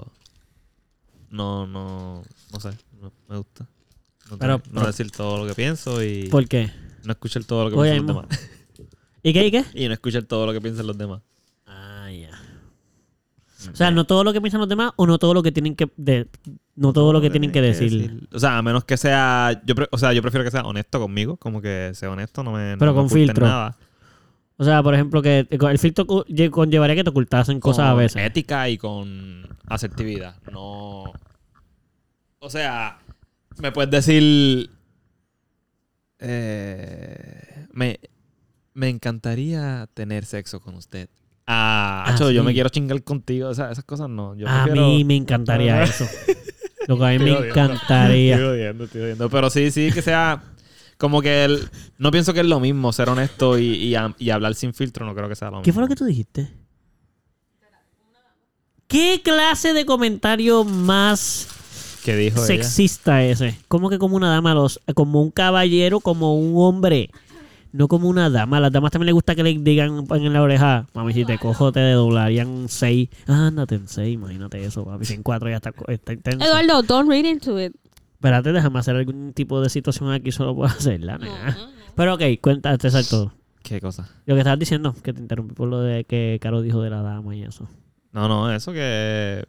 no sé, no me gusta. Pero- No decir todo lo que pienso y ¿Por qué? no escuchar todo lo que Oye, piensan los demás. ¿Y qué? Y no escuchar todo lo que piensan los demás. Ah, ya. O sea, no todo lo que piensan los demás o no todo lo que tienen que no todo lo que tienen que decir. O sea, a menos que sea... yo prefiero que sea honesto conmigo. Como que sea honesto, no me... Pero no me con oculten filtro. nada. O sea, por ejemplo, que el filtro conllevaría que te ocultasen cosas a Con veces. ética y con asertividad. No... O sea, me puedes decir... me encantaría tener sexo con usted. Acho, sí. yo me quiero chingar contigo. O sea, esas cosas no. Yo A prefiero... mí me encantaría eso. Lo que a mí me Estoy encantaría. Estoy odiando. Pero sí, que sea... Como que no pienso que es lo mismo ser honesto y hablar sin filtro. No creo que sea lo mismo. ¿Qué fue lo que tú dijiste? ¿Qué clase de comentario más ¿Qué dijo sexista ese? ¿Cómo que como una dama? Como un caballero, como un hombre. No como una dama. A las damas también les gusta que le digan en la oreja: mami, si te cojo te doblarían 6. Ándate en 6, imagínate eso, papi. Si en 4 ya está intenso. Eduardo, don't read into it. Espérate, déjame hacer algún tipo de situación aquí, solo puedo hacerla. Pero ok, cuéntate exacto. ¿Qué cosa? Lo que estabas diciendo, que te interrumpí por lo de que Caro dijo de la dama y eso. No, eso que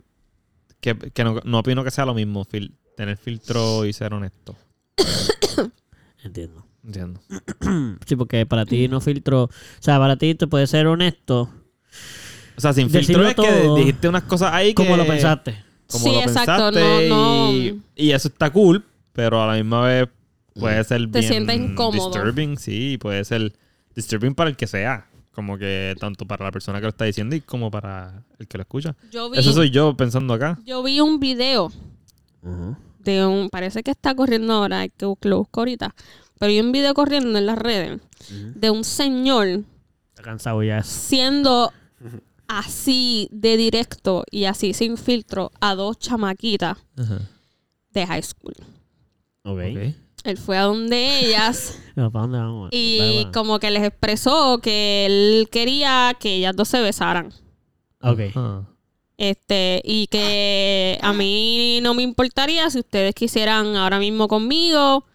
no opino que sea lo mismo tener filtro y ser honesto. Entiendo. Sí, porque para ti no filtro... O sea, para ti te puedes ser honesto. O sea, sin Decirlo filtro es todo, que dijiste unas cosas ahí como que... lo pensaste. Como Sí, lo exacto, pensaste no. y eso está cool, pero a la misma vez puede ser Te bien sientes incómodo. disturbing, sí, puede ser disturbing para el que sea. Como que tanto para la persona que lo está diciendo y como para el que lo escucha. Eso soy yo pensando acá. Yo vi un video de un... Parece que está corriendo ahora, hay que lo busco ahorita. Pero vi un video corriendo en las redes de un señor Está cansado ya eso. siendo así de directo y así sin filtro a 2 chamaquitas Ajá. de high school. Ok. Él fue a donde ellas No, ¿para dónde vamos? y Dale, como que les expresó que él quería que ellas dos se besaran. Ok. Ajá. Y que a mí no me importaría si ustedes quisieran ahora mismo conmigo,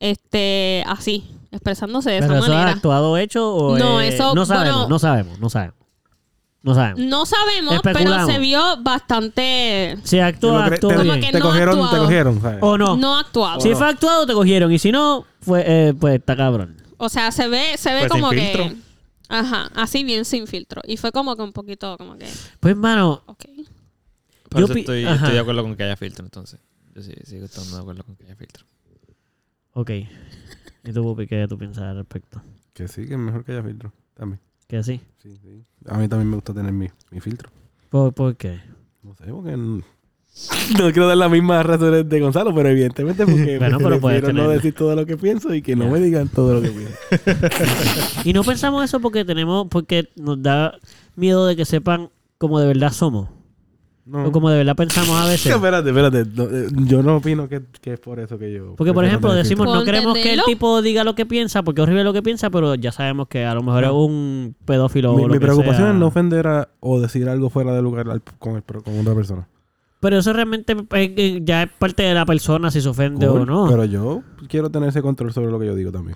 así, expresándose de ¿Pero esa eso manera. es actuado hecho o No, es... eso, No sabemos, bueno, no sabemos. No sabemos, pero Especulamos. se vio bastante Si actúa, Te, actuó Como bien. que te no cogieron, actuado. te cogieron, ¿sabes? ¿O no? no actuado. Si fue actuado, te cogieron. Y si no, pues está cabrón. O sea, se ve Pues como sin que... filtro. Ajá, así bien sin filtro. Y fue como que un poquito como que... Pues, mano, Ok. Por Yo eso pi- estoy Ajá. de acuerdo con que haya filtro, entonces. Yo sí, sigo estando de acuerdo con que haya filtro. ok. ¿Y tú, Pupi, qué tú piensas al respecto? Que sí, que es mejor que haya filtro. También. ¿Que sí? Sí. A mí también me gusta tener mi filtro. ¿Por qué? No sé, porque no quiero dar las mismas razones de Gonzalo, pero evidentemente porque Bueno, pero puedes prefiero no tenerla. decir todo lo que pienso y que no Ya. me digan todo lo que pienso. Y no pensamos eso porque nos da miedo de que sepan como de verdad somos. No. O como de verdad pensamos a veces. Espérate. No, yo no opino que es por eso que yo... Porque, por prefiero ejemplo, tener decimos, filtro. no queremos que el entenderlo. tipo diga lo que piensa, porque es horrible lo que piensa, pero ya sabemos que a lo mejor es un pedófilo o lo Mi que preocupación sea. es no ofender o decir algo fuera de lugar con otra persona. Pero eso realmente ya es parte de la persona si se ofende Cool, o no. Pero yo quiero tener ese control sobre lo que yo digo también.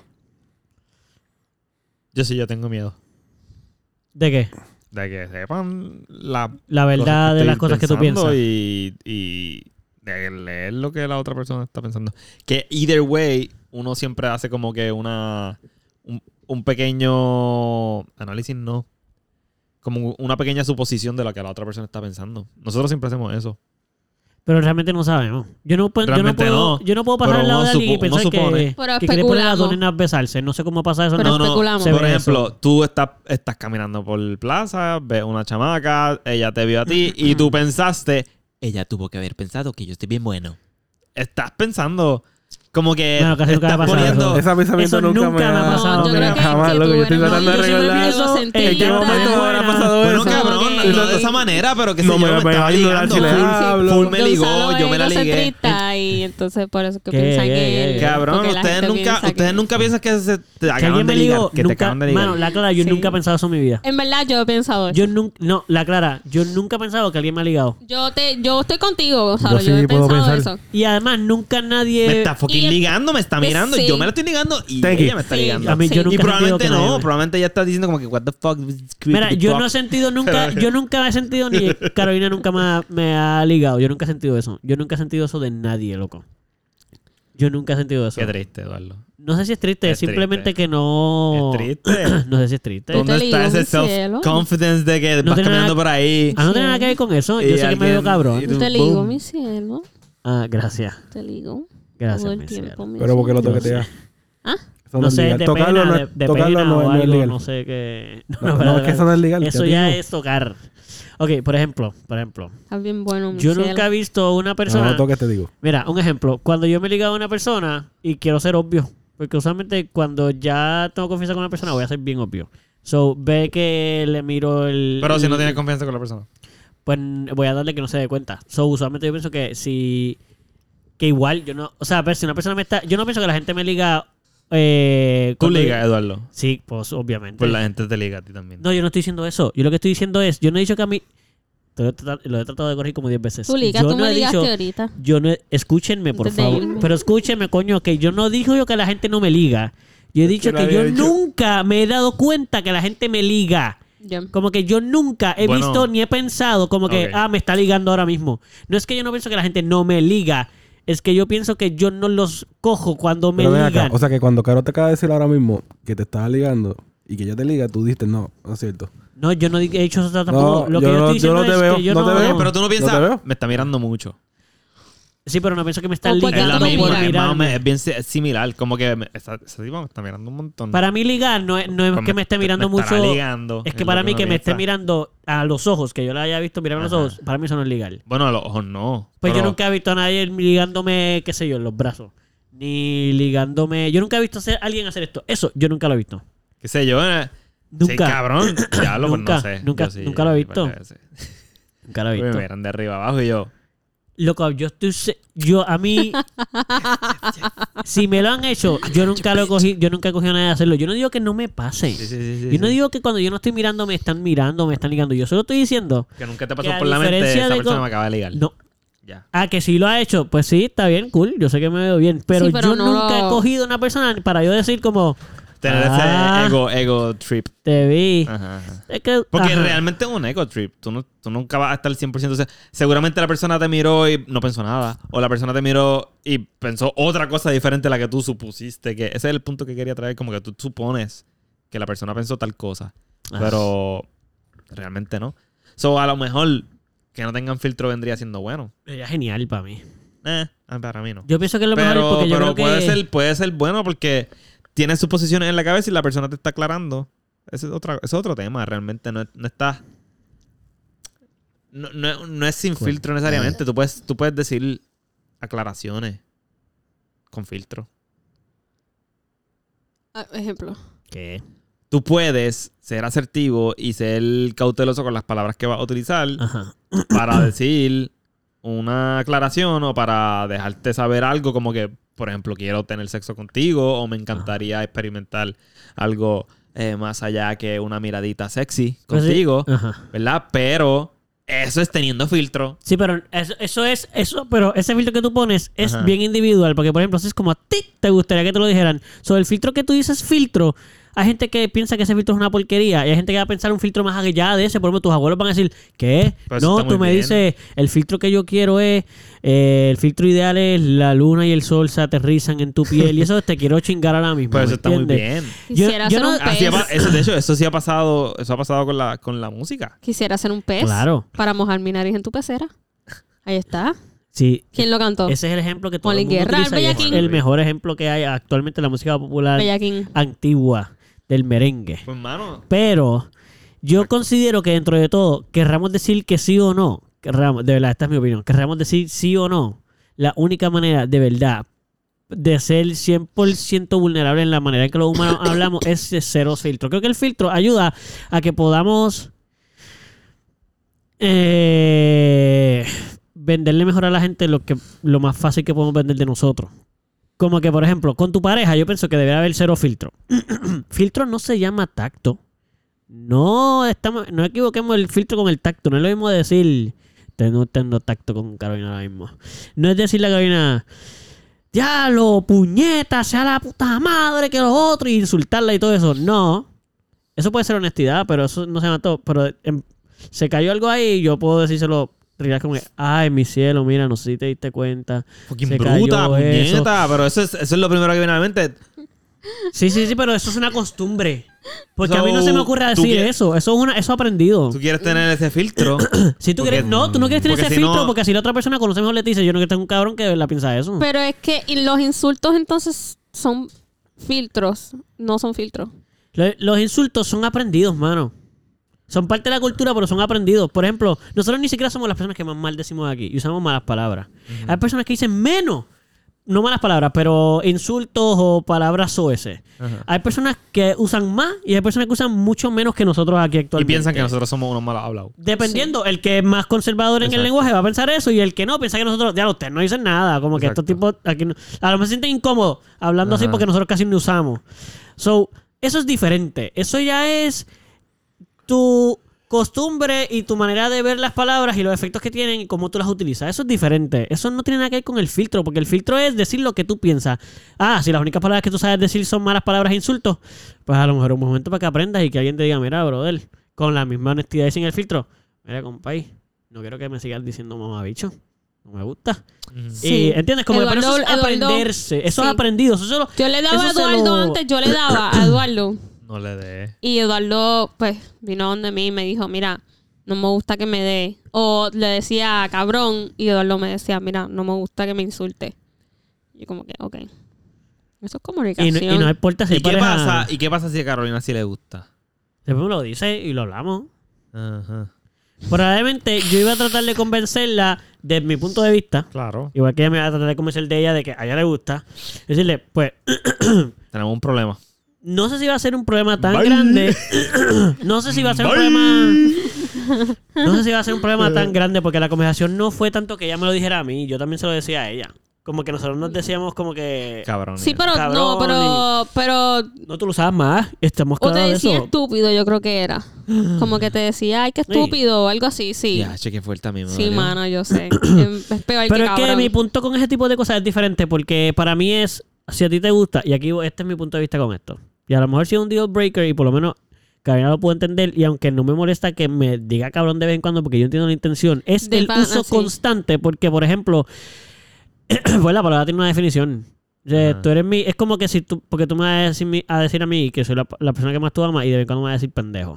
Yo tengo miedo. ¿De qué? De que sepan la verdad de las cosas que tú piensas. Y de leer lo que la otra persona está pensando. Que either way, uno siempre hace como que un pequeño análisis, no. Como una pequeña suposición de lo que la otra persona está pensando. Nosotros siempre hacemos eso. Pero realmente no sabemos. Yo no puedo pasar Pero al lado de uno alguien y uno pensar supone. Pero que quiere poner a las dos especulamos. nenas a besarse. No sé cómo pasa eso. Pero no. especulamos. Se Por ve ejemplo, eso. tú estás caminando por plaza, ves una chamaca, ella te vio a ti y tú pensaste, ella tuvo que haber pensado que yo estoy bien bueno. Estás pensando como que Bueno, casi nunca me ha estás pasado poniendo... Ese pensamiento Eso nunca me ha pasado. No, yo creo que jamás que lo que tú yo estoy eres tratando de yo siempre recordar. pienso sentir ¿En qué ya momento está. habrá pasado Bueno, eso? cabrón, Como no que- de esa manera, pero que No sé me yo, voy me a estaba ignorar ligando. si le hablo. Full me ligó, Gonzalo yo me la es ligué. egocentrista y entonces por eso que ¿Qué? piensan ¿Qué? que... Cabrón, porque la ustedes gente nunca piensa piensan que se te Que acaban alguien de me ligar, ligó, que te acaban de ligar. Mano, la Clara, yo Sí. nunca he pensado eso en mi vida. En verdad yo he pensado eso. Yo nunca he pensado que alguien me ha ligado. Yo estoy contigo, Gonzalo. Yo Yo sí he puedo pensado pensar. eso. Y además nunca Me nadie... está fucking Sí, ligando, me está mirando, sí. yo me la estoy ligando y Thank you. ella me está Sí. ligando. A mí yo Sí. nunca Y he sentido probablemente que no, nadie- probablemente ella está diciendo como que what the fuck. Mira, yo no he sentido nunca, yo nunca me he sentido ni Carolina nunca me ha ligado. Yo nunca he sentido eso. Yo nunca he sentido eso de nadie, loco. Yo nunca he sentido eso. Qué triste, Eduardo. No sé si es triste, Es simplemente triste. que no. Es triste. No sé si es triste. ¿Dónde te está digo, ese mi cielo. self-confidence de que No vas tiene caminando nada- por ahí? Ah, no tiene nada que ver con eso. Yo Y sé que me veo alguien- cabrón. y tú- Te ligo, boom. mi cielo. Ah, gracias. Te ligo. Gracias, Todo el mi tiempo, cielo. mi Pero porque lo cielo. toqueteas. ¿Ah? Eso No es sé, legal. de Tocarlo pena, no de es- tocarlo pena no o es- no es algo, legal. no sé qué. No, es que eso no es legal. Eso ya es tocar. Ok, por ejemplo. Estás bien bueno, mi Yo cielo. nunca he visto una persona... No toques, te digo. Mira, un ejemplo. Cuando yo me he ligado a una persona y quiero ser obvio, porque usualmente cuando ya tengo confianza con una persona voy a ser bien obvio. So, ve que le miro el... Pero si no el- tienes confianza con la persona. Pues voy a darle que no se dé cuenta. So, usualmente yo pienso que si... Que igual yo no... O sea, a ver, si una persona me está... Yo no pienso que la gente me liga... Tú con- ligas, Eduardo. Sí, pues obviamente. Pues la gente te liga a ti también. No, yo no estoy diciendo eso. Yo lo que estoy diciendo es... Yo no he dicho que a mí... Lo he tratado de corregir como 10 veces. Tú ligas, Yo tú no me he ligaste dicho... ahorita. Yo no... Escúchenme, por Antes de favor. irme. Pero escúchenme, coño, que yo no digo yo que la gente no me liga. Yo he dicho que que nadie yo ha dicho. nunca me he dado cuenta que la gente me liga. Ya. Como que yo nunca he Bueno. visto ni he pensado como que, Ok. me está ligando ahora mismo. No es que yo no pienso que la gente no me liga. Es que yo pienso que yo no los cojo cuando me Pero ven acá, ligan. o sea que cuando Caro te acaba de decir ahora mismo que te estaba ligando y que ella te liga, tú dijiste no es cierto. No, yo no he dicho eso tampoco. No, Lo que yo yo no- estoy diciendo yo no te es veo, que yo no te no... veo. Pero tú no te piensas, veo. me está mirando mucho. Sí, pero no pienso que me están O porque Es la ligando tú me por misma, es, más o mirarme. menos- es bien similar. Como que esa tipa me está mirando un montón. Para mí ligar no es Pues que me esté mirando me estará mucho. ligando, Es que es para lo mí que que uno me esté piensa. mirando a los ojos, que yo la haya visto mirarme a los Ajá. ojos, para mí eso no es legal. Bueno, a los ojos no. Pues yo pero- nunca he visto a nadie ligándome, qué sé yo, en los brazos. Ni ligándome... Yo nunca he visto a alguien hacer esto. Eso, yo nunca lo he visto. ¿Qué sé yo? Nunca. Sí, cabrón. Ya lo Nunca, no sé. nunca- Yo sí, nunca lo he visto. porque sí. Nunca lo he Me visto. miran de arriba abajo y yo... Loco, yo estoy... Yo, a mí... si me lo han hecho, yo nunca lo he cogido. Yo nunca he cogido nada de hacerlo. Yo no digo que no me pase. Sí, Yo no digo que cuando yo no estoy mirando, me están ligando. Yo solo estoy diciendo... Que nunca te pasó que a por la mente diferencia esa de persona co- me acaba de ligar. No. Ya. Ah, que sí lo ha hecho. Pues sí, está bien, cool. Yo sé que me veo bien. Pero, Sí, pero yo no nunca lo- he cogido una persona para yo decir como... Tener Ah. ese ego trip. Te vi. Ajá, ajá. Es que, Porque ajá. realmente es un ego trip. Tú nunca vas a estar 100%. Seguramente la persona te miró y no pensó nada. O la persona te miró y pensó otra cosa diferente a la que tú supusiste. Que ese es el punto que quería traer. Como que tú supones que la persona pensó tal cosa. Ah. Pero realmente no. So, a lo mejor que no tengan filtro vendría siendo bueno. Sería genial para mí. Para mí no. Yo pienso que es lo mejor porque yo creo que... puede ser bueno porque tienes sus posiciones en la cabeza y la persona te está aclarando. Ese es otro tema. Realmente no está... No es sin filtro necesariamente. Tú puedes decir aclaraciones con filtro. Ejemplo. ¿Qué? Tú puedes ser asertivo y ser cauteloso con las palabras que vas a utilizar Ajá. para decir una aclaración o para dejarte saber algo como que, por ejemplo, quiero tener sexo contigo o me encantaría experimentar algo más allá que una miradita sexy Pues sí. contigo, Ajá. ¿verdad? Pero eso es teniendo filtro. Sí, pero eso, pero ese filtro que tú pones es Ajá. bien individual, porque por ejemplo, si es como a ti te gustaría que te lo dijeran. Sobre el filtro que tú dices filtro, hay gente que piensa que ese filtro es una porquería y hay gente que va a pensar un filtro más allá de ese. Por ejemplo, tus abuelos van a decir, ¿qué? Pero eso No, está tú muy me bien. dices, el filtro que yo quiero es, el filtro ideal es la luna y el sol se aterrizan en tu piel y eso te quiero chingar ahora mismo. Pues eso ¿me está muy entiendes? bien. Quisiera yo ser no- un pez. De hecho, eso sí ha pasado, eso ha pasado con la música. Quisiera ser un pez. Claro. Para mojar mi nariz en tu pecera. Ahí está. Sí. ¿Quién lo cantó? Ese es el ejemplo que todo el Molin mundo Guerra, utiliza y es Bellaquín. el mejor ejemplo que hay actualmente en la música popular Bellaquín. antigua del merengue. Pues, mano, Pero yo considero que dentro de todo, querramos decir que sí o no, de verdad, esta es mi opinión, querramos decir sí o no, la única manera de verdad de ser 100% vulnerable en la manera en que los humanos hablamos es de cero filtro. Creo que el filtro ayuda a que podamos venderle mejor a la gente lo más fácil que podemos vender de nosotros. Como que, por ejemplo, con tu pareja yo pienso que debería haber cero filtro. Filtro no se llama tacto. No equivoquemos el filtro con el tacto. No es lo mismo decir... No tengo tacto con Carolina ahora mismo. No es decirle a Carolina... diablo, puñeta, sea la puta madre que los otros, y insultarla y todo eso. No. Eso puede ser honestidad, pero eso no se mató. Pero se cayó algo ahí y yo puedo decírselo. Como que, ay, mi cielo, mira, no sé si te diste cuenta. Fucking bruta, puñeta. Pero eso es lo primero que viene a la mente. Sí, pero eso es una costumbre. Porque a mí no se me ocurre decir eso. Eso es aprendido. Tú quieres tener ese filtro. Si tú quieres, no, tú no quieres tener ese filtro porque si la otra persona conoce mejor le dice, yo no quiero tener un cabrón que la piensa eso. Pero es que los insultos entonces son filtros, no son filtros. Los insultos son aprendidos, mano. Son parte de la cultura, pero son aprendidos. Por ejemplo, nosotros ni siquiera somos las personas que más mal decimos aquí y usamos malas palabras. Hay personas que dicen menos, no malas palabras, pero insultos o palabras soeces. Hay personas que usan más y hay personas que usan mucho menos que nosotros aquí actualmente. Y piensan que nosotros somos unos malos hablados. Dependiendo, el que es más conservador en el lenguaje va a pensar eso y el que no piensa que nosotros, ya ustedes no dicen nada. Como que estos tipos aquí a lo mejor se sienten incómodos hablando así porque nosotros casi no usamos. So, eso es diferente. Eso ya es tu costumbre y tu manera de ver las palabras y los efectos que tienen y cómo tú las utilizas. Eso es diferente. Eso no tiene nada que ver con el filtro, porque el filtro es decir lo que tú piensas. Si las únicas palabras que tú sabes decir son malas palabras e insultos, pues a lo mejor es un momento para que aprendas y que alguien te diga, mira, brother, con la misma honestidad y sin el filtro, mira, compay, no quiero que me sigas diciendo mamabicho. No me gusta. Sí. Y ¿entiendes? Como Eduardo, pero eso es aprenderse. Eso es aprendido. Yo le daba a Eduardo antes, yo le daba a Eduardo. No le dé. Y Eduardo, pues, vino donde mí y me dijo, mira, no me gusta que me dé. O le decía cabrón y Eduardo me decía, mira, no me gusta que me insulte. Y yo como que, ok. Eso es comunicación. Y no importa si ¿Y qué pasa si a Carolina sí le gusta? Después me lo dice y lo hablamos. Ajá. Probablemente yo iba a tratar de convencerla desde mi punto de vista. Claro. Igual que ella me va a tratar de convencer de ella de que a ella le gusta. Decirle, pues... Tenemos un problema. No sé si va a ser un problema tan grande. No sé si va a ser un problema... No sé si va a ser un problema tan grande porque la conversación no fue tanto que ella me lo dijera a mí. Yo también se lo decía a ella. Como que nosotros nos decíamos como que... Cabrón. Sí, pero cabrón, no, pero... No, tú lo sabes más. Estamos O te claros de decía eso. estúpido, yo creo que era. Como que te decía, ay, qué estúpido, o algo así, sí. Ya, che, fuerte a mí, Sí, mano, yo sé. Es peor Pero que es cabrón. que mi punto con ese tipo de cosas es diferente porque para mí es... Si a ti te gusta... Y aquí este es mi punto de vista con esto. Y a lo mejor si es un deal breaker y por lo menos Carolina lo puedo entender y aunque no me molesta que me diga cabrón de vez en cuando porque yo entiendo la intención, es el uso constante porque, por ejemplo, pues la palabra tiene una definición. Tú eres mi... Es como que si tú... Porque tú me vas a decir a mí que soy la persona que más tú amas y de vez en cuando me vas a decir pendejo.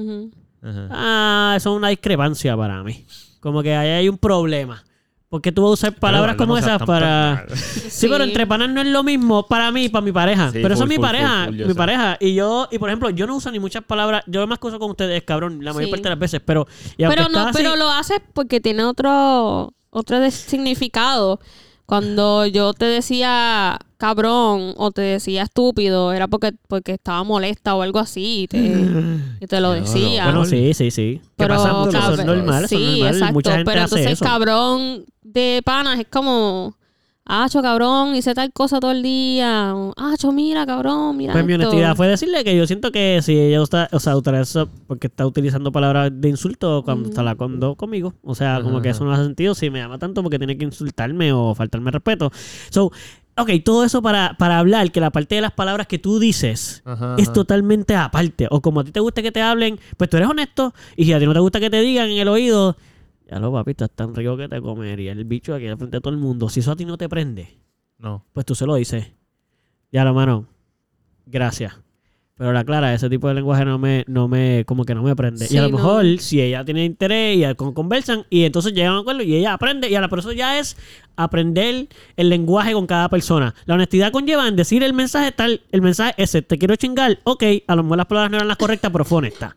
Eso es una discrepancia para mí. Como que ahí hay un problema. Porque tú vas a usar palabras como esas para... Sí, pero entre panas no es lo mismo para mí y para mi pareja. Sí, pero eso es mi pareja. Mi pareja. Y por ejemplo, yo no uso ni muchas palabras. Yo lo más que uso con ustedes es cabrón la mayor parte de las veces. Pero lo haces porque tiene otro significado. Cuando yo te decía cabrón o te decía estúpido, era porque estaba molesta o algo así y te lo decía. Bueno, sí. Pero eso es normal, sí, exacto. Mucha gente pero hace entonces eso. Cabrón de panas es como... cabrón, hice tal cosa todo el día. Mira, cabrón, mira pues esto. Mi honestidad fue decirle que yo siento que si ella utiliza porque está utilizando palabras de insulto cuando está hablando conmigo. O sea, como que eso no hace sentido. Si me ama tanto porque tiene que insultarme o faltarme respeto. So, todo eso para hablar, que la parte de las palabras que tú dices es totalmente aparte. O como a ti te gusta que te hablen, pues tú eres honesto. Y si a ti no te gusta que te digan en el oído... Ya lo, papi, estás tan rico que te comería el bicho aquí al frente de todo el mundo. Si eso a ti no te prende, no, pues tú se lo dices. Ya lo, mano, gracias. Pero la clara, ese tipo de lenguaje no me prende. Sí, y a lo mejor, si ella tiene interés y conversan, y entonces llegan a un acuerdo y ella aprende. Pero eso ya es aprender el lenguaje con cada persona. La honestidad conlleva en decir el mensaje tal, el mensaje ese, te quiero chingar, ok, a lo mejor las palabras no eran las correctas, pero fue honesta.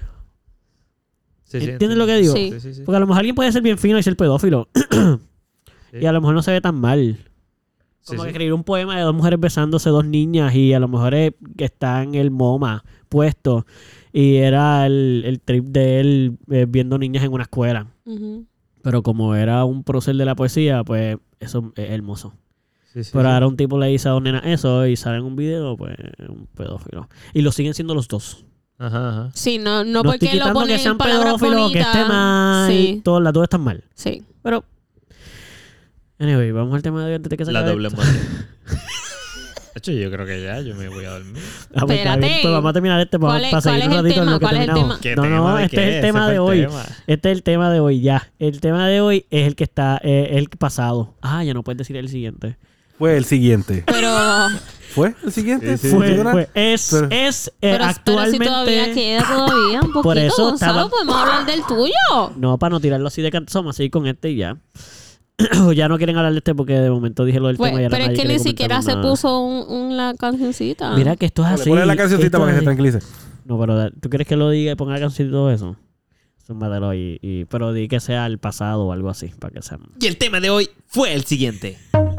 ¿Entiendes lo que digo? Sí. Porque a lo mejor alguien puede ser bien fino y ser pedófilo. Y a lo mejor no se ve tan mal. Como que escribir un poema de dos mujeres besándose, dos niñas, y a lo mejor está en el MoMA puesto. Y era el trip de él viendo niñas en una escuela. Pero como era un prócer de la poesía, pues eso es hermoso. Pero ahora un tipo le dice a dos nenas eso y sale en un video, pues un pedófilo. Y lo siguen siendo los dos. Ajá. Sí, no porque lo ponen que sean palabras pedófilos, bonitas. que esté mal, sí. las dos están mal. Sí. Pero Anyway, vamos al tema de hoy antes de que se La acabe doble esto. muerte. De hecho, yo creo que ya, yo me voy a dormir. Ah, pues está bien, Espérate. pues vamos a terminar este ¿Cuál para es seguir un el ratito en tema? lo que ¿Cuál es el terminamos. tema? ¿Qué No, tema no, de este qué? es el tema Ese de fue hoy. el tema. Este es el tema de hoy, ya. El tema de hoy es el que está, el pasado. Ah, ya no puedes decir el siguiente. Fue el siguiente. Pero ¿Fue el siguiente? Sí, sí. Fue, Pero- pero actualmente... si todavía queda todavía un poquito, Por eso Gonzalo, estaba- podemos hablar del tuyo. No, para no tirarlo así de cantazo, vamos a seguir con este y ya. Ya no quieren hablar de este porque de momento dije lo del Pues, tema y ahora pero es nadie que quiere ni siquiera comentar se nada. puso la cancioncita. Mira que esto es así. Ponle la cancioncita esto para que es se así. tranquilice. No, pero ¿tú quieres que lo diga y ponga la canción y todo eso? Zúmbatelo ahí. Pero di que sea el pasado o algo así, para que sea... Y el tema de hoy fue el siguiente.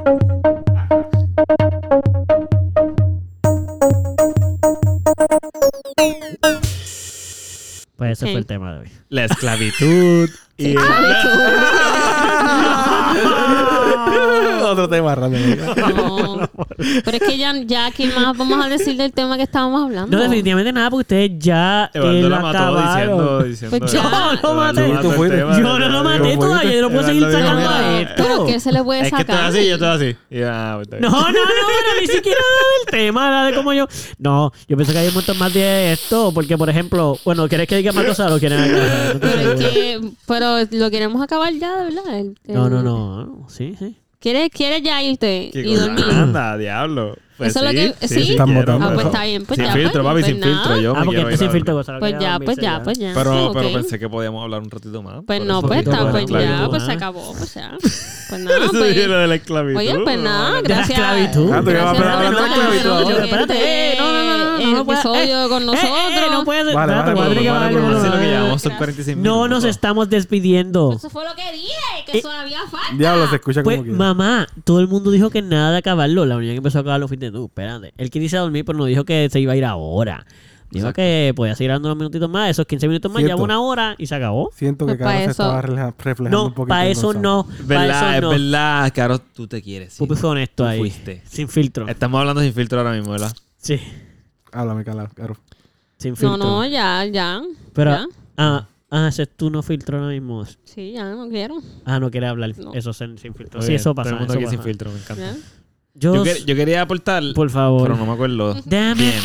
Pues ese Ok. fue el tema de hoy. La esclavitud. y Otro tema random. No. Pero es que ya aquí más vamos a decir del tema que estábamos hablando. No, definitivamente nada, porque ustedes ya Eduardo lo la mató acabaron. diciendo Pues ya. Eduardo Yo no lo maté. mató Tú el fuiste. tema. Yo no lo maté fuiste. todavía, yo no puedo seguir Eduardo dijo, sacando mira, a Pero esto. ¿qué se le puede Es que sacar? estoy así, yo estoy así. Y ya, pues, está bien. No, pero ni siquiera nada del tema, nada de cómo yo... No, yo pienso que hay un montón más de esto, porque, por ejemplo, bueno, ¿quieres que diga más cosas o quieren acabar? No estoy Pero es seguro. que, pero lo queremos acabar ya, de verdad. No, sí. ¿Quieres ya irte ¿Qué y cosa? dormir? Anda, diablo. Pues Eso es lo que- ¿sí? Están quiero. votando. Ah, pues Eso. está bien, pues Sin ya. filtro, pues, papi, pues sin nada. filtro. Yo me porque quiero este ir sin a filtro, dormir. Gonzalo, Pues que ya, dormirse pues ya. Pero ok. pensé que podíamos hablar un ratito más. Pues Por no, eso pues digo está, lo de pues la ya, esclavitud. pues se ah. acabó, pues ya. Pues nada, Eso pues. viene de la esclavitud. Oye, pues nada, De la gracias. esclavitud. Ah, tú ibas a Gracias hablar de la por esclavitud estar ahora. Espérate, no, el no puede- episodio con nosotros. no puede ser. Vale, Espérate, vale, voy a tener que vale, bajarle, vale, Así vale. lo que llevamos son Gracias. 46 No minutos. nos estamos despidiendo. Eso fue lo que dije, que eso había falta. Diablo, se escucha como Pues, quiera. mamá, todo el mundo dijo que nada de acabarlo. La única que empezó a acabarlo fuiste tú. Espérate. Él quería irse a dormir, pero no dijo que se iba a ir ahora. Dijo Exacto. que podía seguir dando unos minutitos más. Esos 15 minutos más, Cierto. lleva una hora y se acabó. Siento que Pues pa' Carlos se eso- estaba reflejando No, un poquito. para en eso Gonzalo. no. Es Para verdad, eso es no. verdad, Caro, tú te quieres. Sí. Pupi fue honesto Tú ahí. fuiste. Sin filtro. Estamos hablando sin filtro ahora mismo, ¿verdad? Sí, Háblame, Caro. sin filtro. No, ya. Pero, ya. ese es tú no filtro ahora mismo. Sí, ya, no quiero. No quiere hablar. No. Eso sin filtro. Muy Sí, bien, eso pasa. Todo el mundo eso aquí sin pasa. filtro, me encanta. Ya. Yo, Yo quería aportar, por favor. pero no me acuerdo Damn it. bien.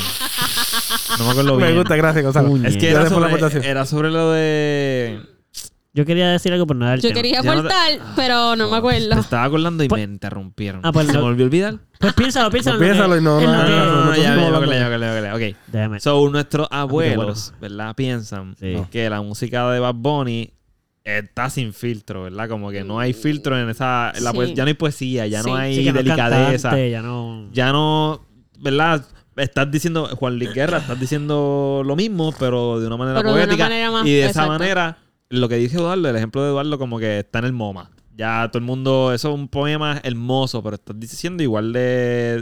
No me acuerdo Me bien. gusta, gracias, Gonzalo. Puñe. Es que Gracias por la aportación. era sobre lo de... Yo quería decir algo por nada del Yo tema. quería Ya no te- aportar, pero no me acuerdo. Me estaba acordando y Pues- me interrumpieron. Ah, pues ¿Se no. me volvió a olvidar? Pues piénsalo. No, piénsalo y no- en lo no, que- no, no, ya me hablando. acordé. Ok. Damn it. So, nuestros qué abuelos, ¿verdad? Piensan Sí. que la música de Bad Bunny está sin filtro, ¿verdad? Como que no hay filtro en esa... Sí. Ya no hay poesía, ya Sí. no hay Sí, que no es delicadeza. cantante, ya no... Ya no... ¿Verdad? Estás diciendo... Juan Luis Guerra, estás diciendo lo mismo, pero de una manera Pero de una poética. manera más- y de esa exacto. manera, lo que dice Eduardo, el ejemplo de Eduardo, como que está en el MoMA. Ya todo el mundo... Eso es un poema hermoso, pero estás diciendo igual de...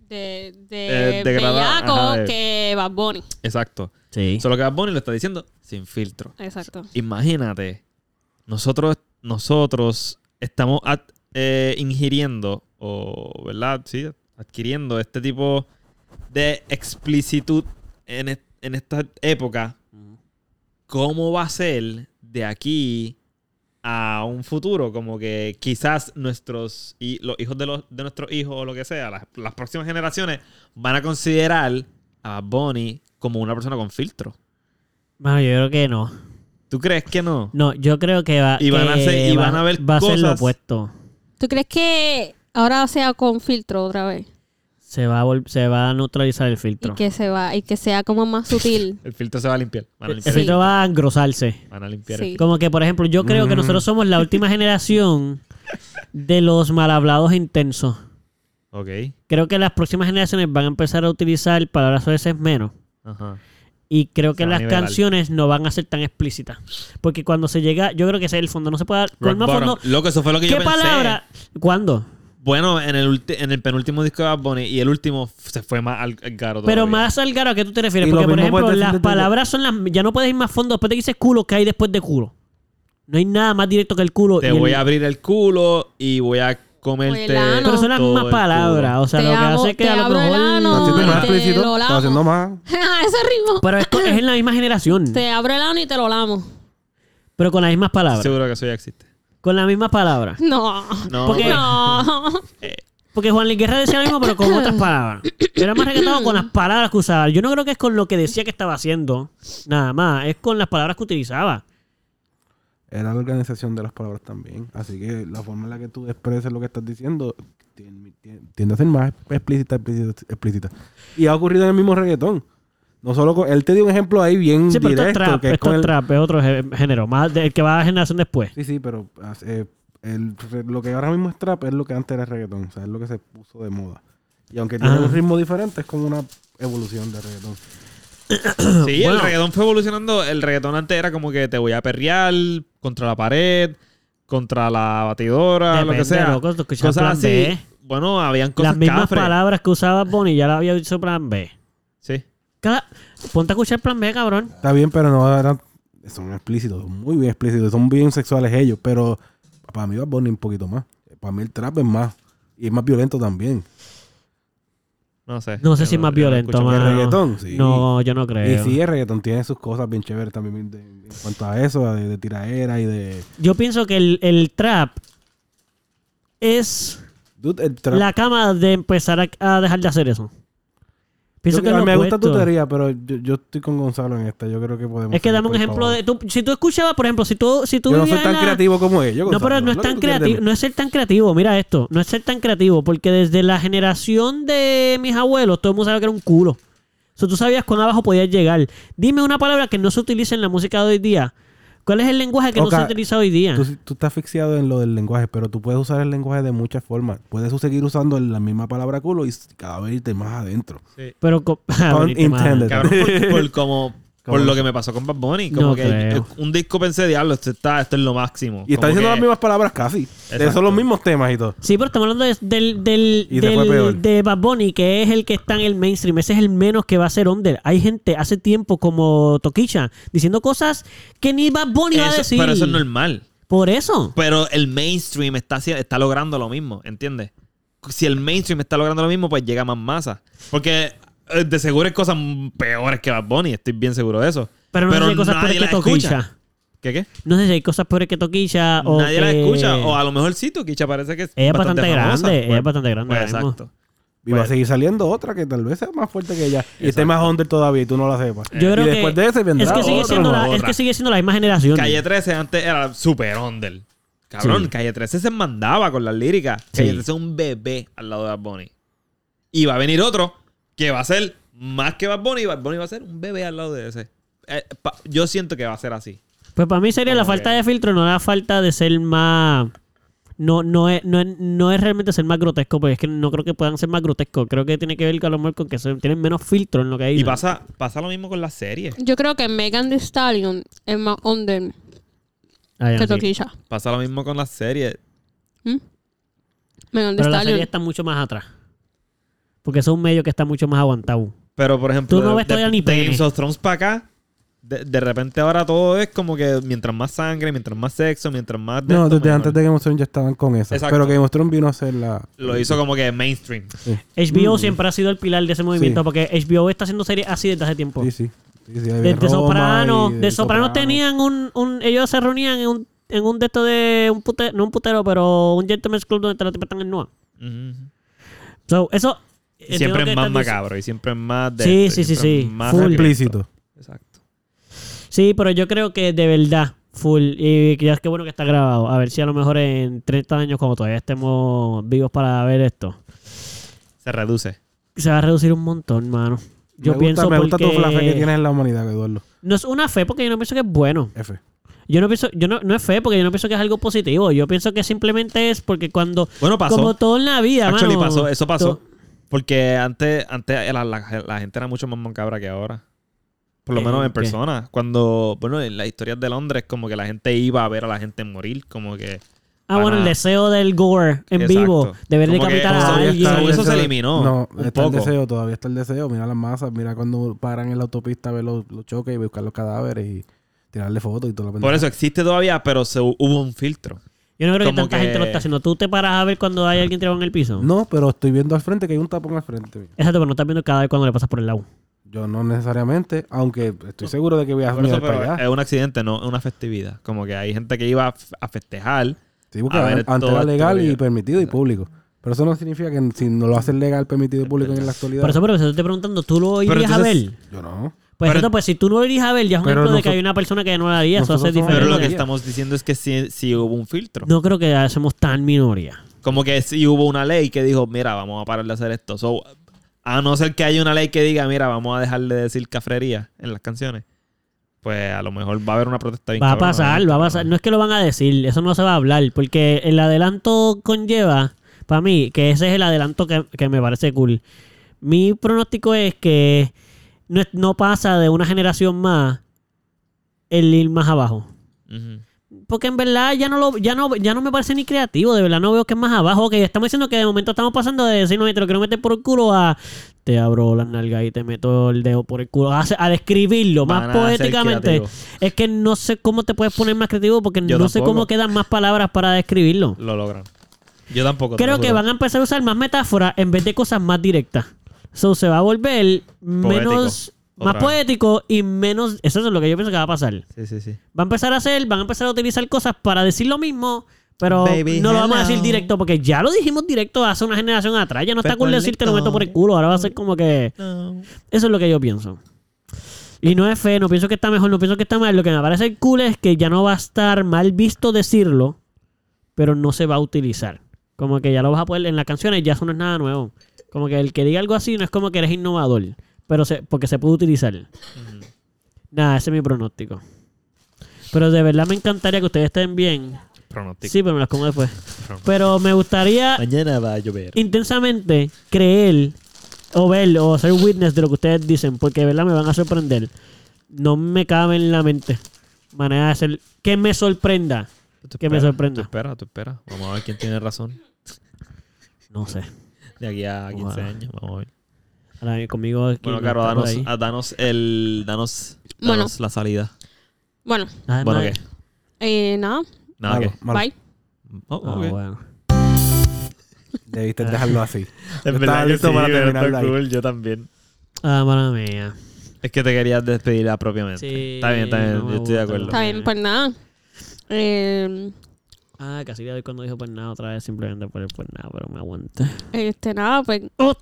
De degradado, bellaco ajá, que Bad Bunny. Exacto. Sí. Solo que Bad Bunny lo está diciendo sin filtro. Exacto. Imagínate, nosotros estamos ingiriendo, o, ¿verdad? Sí, adquiriendo este tipo de explicitud en esta época. ¿Cómo va a ser de aquí a un futuro? Como que quizás los hijos de nuestros hijos o lo que sea, las próximas generaciones van a considerar a Bad Bunny como una persona con filtro. Bueno, yo creo que no. ¿Tú crees que no? No, yo creo que va, Y van a hacer- y van a ver va a ser lo cosas- opuesto. ¿Tú crees que ahora sea con filtro otra vez? Se va a neutralizar el filtro. Y que sea como más sutil. El filtro se va a limpiar. Van a El limpiar, Sí. filtro va a engrosarse. van a limpiar Sí. el filtro. Como que, por ejemplo, yo creo que nosotros somos la última generación de los mal hablados intensos. Ok. Creo que las próximas generaciones van a empezar a utilizar palabras a veces menos. Ajá. Y creo Se que va a las nivelar. canciones no van a ser tan explícitas. Porque cuando se llega, yo creo que ese es el fondo. No se puede dar. Con el Rock más bottom. fondo, Loco, eso fue lo que yo ¿qué pensé. palabra? ¿Cuándo? Bueno, en el penúltimo disco de Bad Bunny y el último se fue más al garo Pero todavía. más al garo, ¿a qué tú te refieres? Y lo Porque, por mismo ejemplo, puedes decir las de- palabras son las... Ya no puedes ir más fondo. Después de que dices culo, ¿qué hay después de culo? No hay nada más directo que el culo. Te y el- voy a abrir el culo y voy a comerte. O el ano. Pero son las todo mismas el palabras. culo. O sea, Te lo que amo- hace que te a lo abro el mejor... ano. Está haciendo más te explícito. lo Está lamo. haciendo más. Ese ritmo. Pero es en la misma generación. Te abro el ano y te lo lamo. Pero con las mismas palabras. Seguro que eso ya existe. Con las mismas palabras. No. No, Porque- No. Porque Juan Luis Guerra decía lo mismo, pero con otras palabras. Era más reggaetón con las palabras que usaba. Yo no creo que es con lo que decía que estaba haciendo. Nada más. Es con las palabras que utilizaba. Era la organización de las palabras también. Así que la forma en la que tú expresas lo que estás diciendo tiende a ser más explícita. Y ha ocurrido en el mismo reggaetón. No solo con... Él te dio un ejemplo ahí bien Sí, pero esto es directo. trap. Que es Esto con es el... trap. Es otro género. Más el que va a generación después. Sí, pero lo que ahora mismo es trap es lo que antes era reggaetón. O sea, es lo que se puso de moda. Y aunque tiene un ritmo diferente, es como una evolución de reggaetón. Sí, Bueno. el reggaetón fue evolucionando. El reggaetón antes era como que te voy a perrear contra la pared, contra la batidora, lo que Depende, sea. loco, tú escuchabas Cosas Plan así. B. Bueno, habían cosas Las mismas cafres. palabras que usaba Bonnie ya las había dicho Plan B. Sí. Ponte a escuchar Plan B, cabrón. Está bien, pero no eran... Son explícitos, son muy bien explícitos. Son bien sexuales ellos, pero para mí va a poner un poquito más. Para mí el trap es más. Y es más violento también. No sé. No sé Yo si es más yo no violento, escucho mano. El reggaetón, sí. No, yo no creo. Y sí, el reggaetón tiene sus cosas bien chéveres también en cuanto a eso, de tiraera y de... Yo pienso que el trap es Dude, el trap... la cama de empezar a dejar de hacer eso. Pienso que es lo me gusta tu opuesto. teoría, pero yo estoy con Gonzalo en esta. Yo creo que podemos... Es que seguir dame un por ahí ejemplo para abajo. de... si tú escuchabas, por ejemplo, si tú Yo no soy vivías tan en la- creativo como ellos. No, pero no es tan creativo, no es ser tan creativo. Mira esto, no es ser tan creativo, porque desde la generación de mis abuelos, todo el mundo sabía que era un culo. O sea, tú sabías cuán abajo podías llegar. Dime una palabra que no se utiliza en la música de hoy día. ¿Cuál es el lenguaje que no se Ok, utiliza hoy día? Tú estás asfixiado en lo del lenguaje, pero tú puedes usar el lenguaje de muchas formas. Puedes seguir usando la misma palabra culo y cada vez irte más adentro. Pero Pun intended. Cabrón, por lo que me pasó con Bad Bunny. Como No que creo. un disco pensé, diablo, esto es lo máximo. Y está Como diciendo que- las mismas palabras casi. Exacto. Son los mismos temas y todo. Sí, pero estamos hablando Y te fue peor. de Bad Bunny, que es el que está en el mainstream. Ese es el menos que va a ser under. Hay gente hace tiempo como Toquilla diciendo cosas que ni Bad Bunny va a Eso- decir. pero eso es normal. Por eso. Pero el mainstream está logrando lo mismo, ¿entiendes? Si el mainstream está logrando lo mismo, pues llega más masa. Porque de seguro hay cosas peores que Bad Bunny, estoy bien seguro de eso. Pero no sé si hay cosas nadie peores que las escucha. Toquilla. ¿Qué? No sé si hay cosas peores que Toquilla o Nadie la que- escucha. O a lo mejor sí, Toquilla parece que es Ella es bastante famosa. grande. Ella es bastante grande. Pues ahora mismo. exacto. Y va a Pues- seguir saliendo otra que tal vez sea más fuerte que ella. Y esté Exacto. más under todavía y tú no la sepas. Yo creo y después que de ese vendrá es que sigue otro, siendo ¿no? es que sigue siendo la misma generación. Calle 13 antes era super under. Cabrón, Sí. Calle 13 se mandaba con las líricas. Sí. Calle 13 es un bebé al lado de Bad Bunny. Y va a venir otro que va a ser más que Bad Bunny. Y Bad Bunny va a ser un bebé al lado de ese. Yo siento que va a ser así. Pues para mí sería la Como falta que- de filtro, no la falta de ser más... No es realmente ser más grotesco, porque es que no creo que puedan ser más grotescos. Creo que tiene que ver con, a lo mejor con que tienen menos filtro en lo que hay. Y pasa lo mismo con las series. Yo creo que Megan Thee Stallion es más under que Toquilla. Pasa lo mismo con las series. Megan Thee Pero la serie Stallion. está mucho más atrás. Porque eso es un medio que está mucho más aguantado. Pero, por ejemplo, Tú no ves todavía ni de pene. Games of Thrones para acá, de repente ahora todo es como que mientras más sangre, mientras más sexo, mientras más... de No, esto, desde mejor. antes de Game of Thrones ya estaban con eso. Exacto. Pero Game of Thrones vino a ser la... Lo hizo como que mainstream. HBO siempre ha sido el pilar de ese movimiento, Sí. porque HBO está haciendo series así desde hace tiempo. Sí. Desde Sopranos. De Sopranos tenían ellos se reunían en un de estos de un putero, no un putero, pero un gentleman's club donde los tipos están en Noah. Ujú. So, eso... Y siempre entiendo es que más estás macabro y siempre es más... de Sí, esto, y sí, siempre sí, es más full. sangriento. Explícito. Exacto. Sí, pero yo creo que de verdad, full. Y que ya es que bueno que está grabado. A ver si a lo mejor en 30 años, cuando todavía estemos vivos para ver esto, Se reduce. se va a reducir un montón, mano. Yo pienso me gusta porque... la fe que tienes en la humanidad, Eduardo. No es una fe porque yo no pienso que es bueno. F. Yo no pienso, no es fe porque yo no pienso que es algo positivo. Yo pienso que simplemente es porque cuando... Bueno, pasó. Como todo en la vida, Actually, mano. eso pasó. to- Porque antes la gente era mucho más macabra que ahora. Por lo menos en ¿Qué? persona. Cuando, bueno, en las historias de Londres, como que la gente iba a ver a la gente morir. Como que... bueno, el deseo del gore en Exacto. vivo. De ver Como que decapitar a todavía alguien. está- eso se deseo- eliminó No, un está poco. el deseo, todavía está el deseo. Mira las masas, mira cuando paran en la autopista a ver los choques y buscar los cadáveres y tirarle fotos y todo lo Por eso existe todavía, pero hubo un filtro. Yo no creo que como tanta que- gente lo está haciendo. Tú te paras a ver cuando hay alguien tirado en el piso. No, pero estoy viendo al frente que hay un tapón al frente. Exacto, pero no estás viendo cada vez cuando le pasas por el lado. Yo no necesariamente, aunque estoy seguro de que voy a Por eso, mirar pero para allá. es un accidente, no una festividad. Como que hay gente que iba a festejar Sí, porque a ver antes todo era legal esto, y permitido y público. Pero eso no significa que si no lo haces legal, permitido y público en la actualidad. Por eso, pero te estoy preguntando, ¿tú lo irías a ver? Yo no. Pues, Pero- pues si tú no lo irías a ver, ya es un Pero ejemplo de que nosotros- hay una persona que no lo haría. Eso hace nosotros somos Pero diferente. lo que minoría. estamos diciendo es que sí hubo un filtro. No creo que hacemos tan minoría. Como que sí hubo una ley que dijo, mira, vamos a parar de hacer esto. So, a no ser que haya una ley que diga, mira, vamos a dejar de decir cafrería en las canciones, pues a lo mejor va a haber una protesta bien Va a cabrona, pasar, obviamente, va a pero- pasar. No es que lo van a decir, eso no se va a hablar. Porque el adelanto conlleva, para mí, que ese es el adelanto que me parece cool. Mi pronóstico es que no pasa de una generación más el ir más abajo. Ujú. Porque en verdad ya no me parece ni creativo. De verdad no veo que es más abajo. Ok, estamos diciendo que de momento estamos pasando de decir, no, te lo quiero meter por el culo a te abro las nalgas y te meto el dedo por el culo. A describirlo Van más a ser poéticamente. creativos. Es que no sé cómo te puedes poner más creativo porque Yo no sé tampoco. cómo quedan más palabras para describirlo. Lo logran. Yo tampoco. te Creo lo que juro. van a empezar a usar más metáforas en vez de cosas más directas. So se va a volver menos... Otra Más vez. poético y menos... Eso es lo que yo pienso que va a pasar. Sí. Van a empezar a utilizar cosas para decir lo miso, pero Baby, no lo vamos a hello. decir directo porque ya lo dijimos directo hace una generación atrás. Ya no está Pero cool decir te lo meto por el culo. Ahora va a ser como que... No. Eso es lo que yo pienso. Y no es fe, no pienso que está mejor, no pienso que está mal. Lo que me parece cool es que ya no va a estar mal visto decirlo, pero no se va a utilizar. Como que ya lo vas a poder... En las canciones ya eso no es nada nuevo. Como que el que diga algo así no es como que eres innovador, pero porque se puede utilizar. Nada, ese es mi pronóstico. Pero de verdad me encantaría que ustedes estén bien. Pronóstico. Sí, pero me las como después. Pero me gustaría Mañana va a llover. intensamente creer o ver o ser witness de lo que ustedes dicen, porque de verdad me van a sorprender. No me cabe en la mente manera de hacer que me sorprenda. Que me sorprenda. Tú espera. Vamos a ver quién tiene razón. No sé. De aquí a 15 Wow. años. Vamos a ver. Ahora conmigo aquí Bueno, no Caro, está por ahí. danos Bueno. la salida. Bueno, Nada Bueno, más. ¿qué? nada. Nada, Malo, ¿qué? malo. Bye. Oh, Ah, ok. bueno. Debiste dejarlo así. En Yo verdad estaba que listo sí, para pero está terminarlo ahí. cool. Yo también. Ah, mala mía. Es que te querías despedir propiamente. Sí, Está bien. no me Yo estoy de gusta. acuerdo. Está bien, pues nada. Casi le doy cuando dijo pues nada otra vez simplemente por el pues nada, pero me aguanté. Nada, pues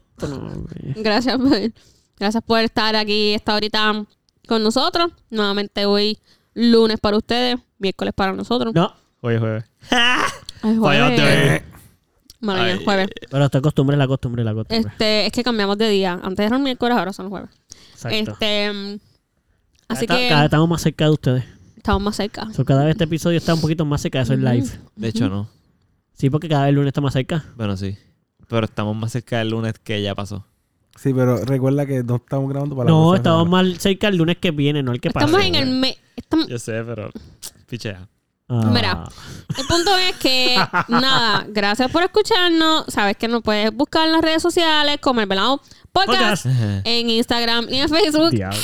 gracias por estar aquí esta horita con nosotros. Nuevamente hoy lunes para ustedes, miércoles para nosotros. No, Oye, jueves. Ay, Fallaste. jueves. Maravilla, Ay. jueves. pero esta costumbre es la costumbre. Es que cambiamos de día. Antes eran miércoles, ahora son jueves. Exacto. Así Cada que vez estamos más cerca de ustedes. estamos más cerca. So, cada vez este episodio está un poquito más cerca de eso en live. De hecho, no. Sí, porque cada vez el lunes está más cerca. Bueno, sí. Pero estamos más cerca del lunes que ya pasó. Sí, pero recuerda que no estamos grabando para la No, próxima estamos semana. más cerca el lunes que viene, no el que pasa. Estamos en el mes. Yo sé, pero... Pichea. Mira. El punto es que, nada, gracias por escucharnos. Sabes que nos puedes buscar en las redes sociales como El Velado Podcast, en Instagram y en Facebook. Diablo.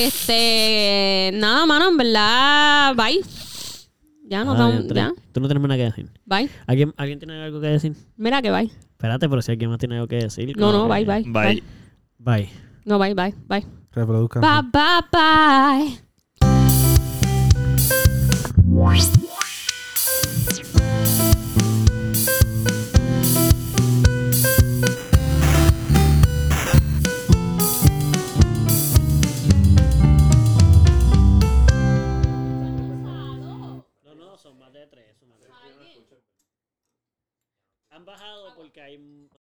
Nada, mano, en verdad, bye. Ya nos vamos, ya, Tú no tienes nada que decir. bye. ¿Alguien tiene algo que decir? Mira que bye. Espérate, pero si alguien más tiene algo que decir. No, como bye, que- bye. Bye. Bye. No, bye, bye, bye. Reproduzcan. Bye, bye, bye. No, son más de 3. Han bajado porque hay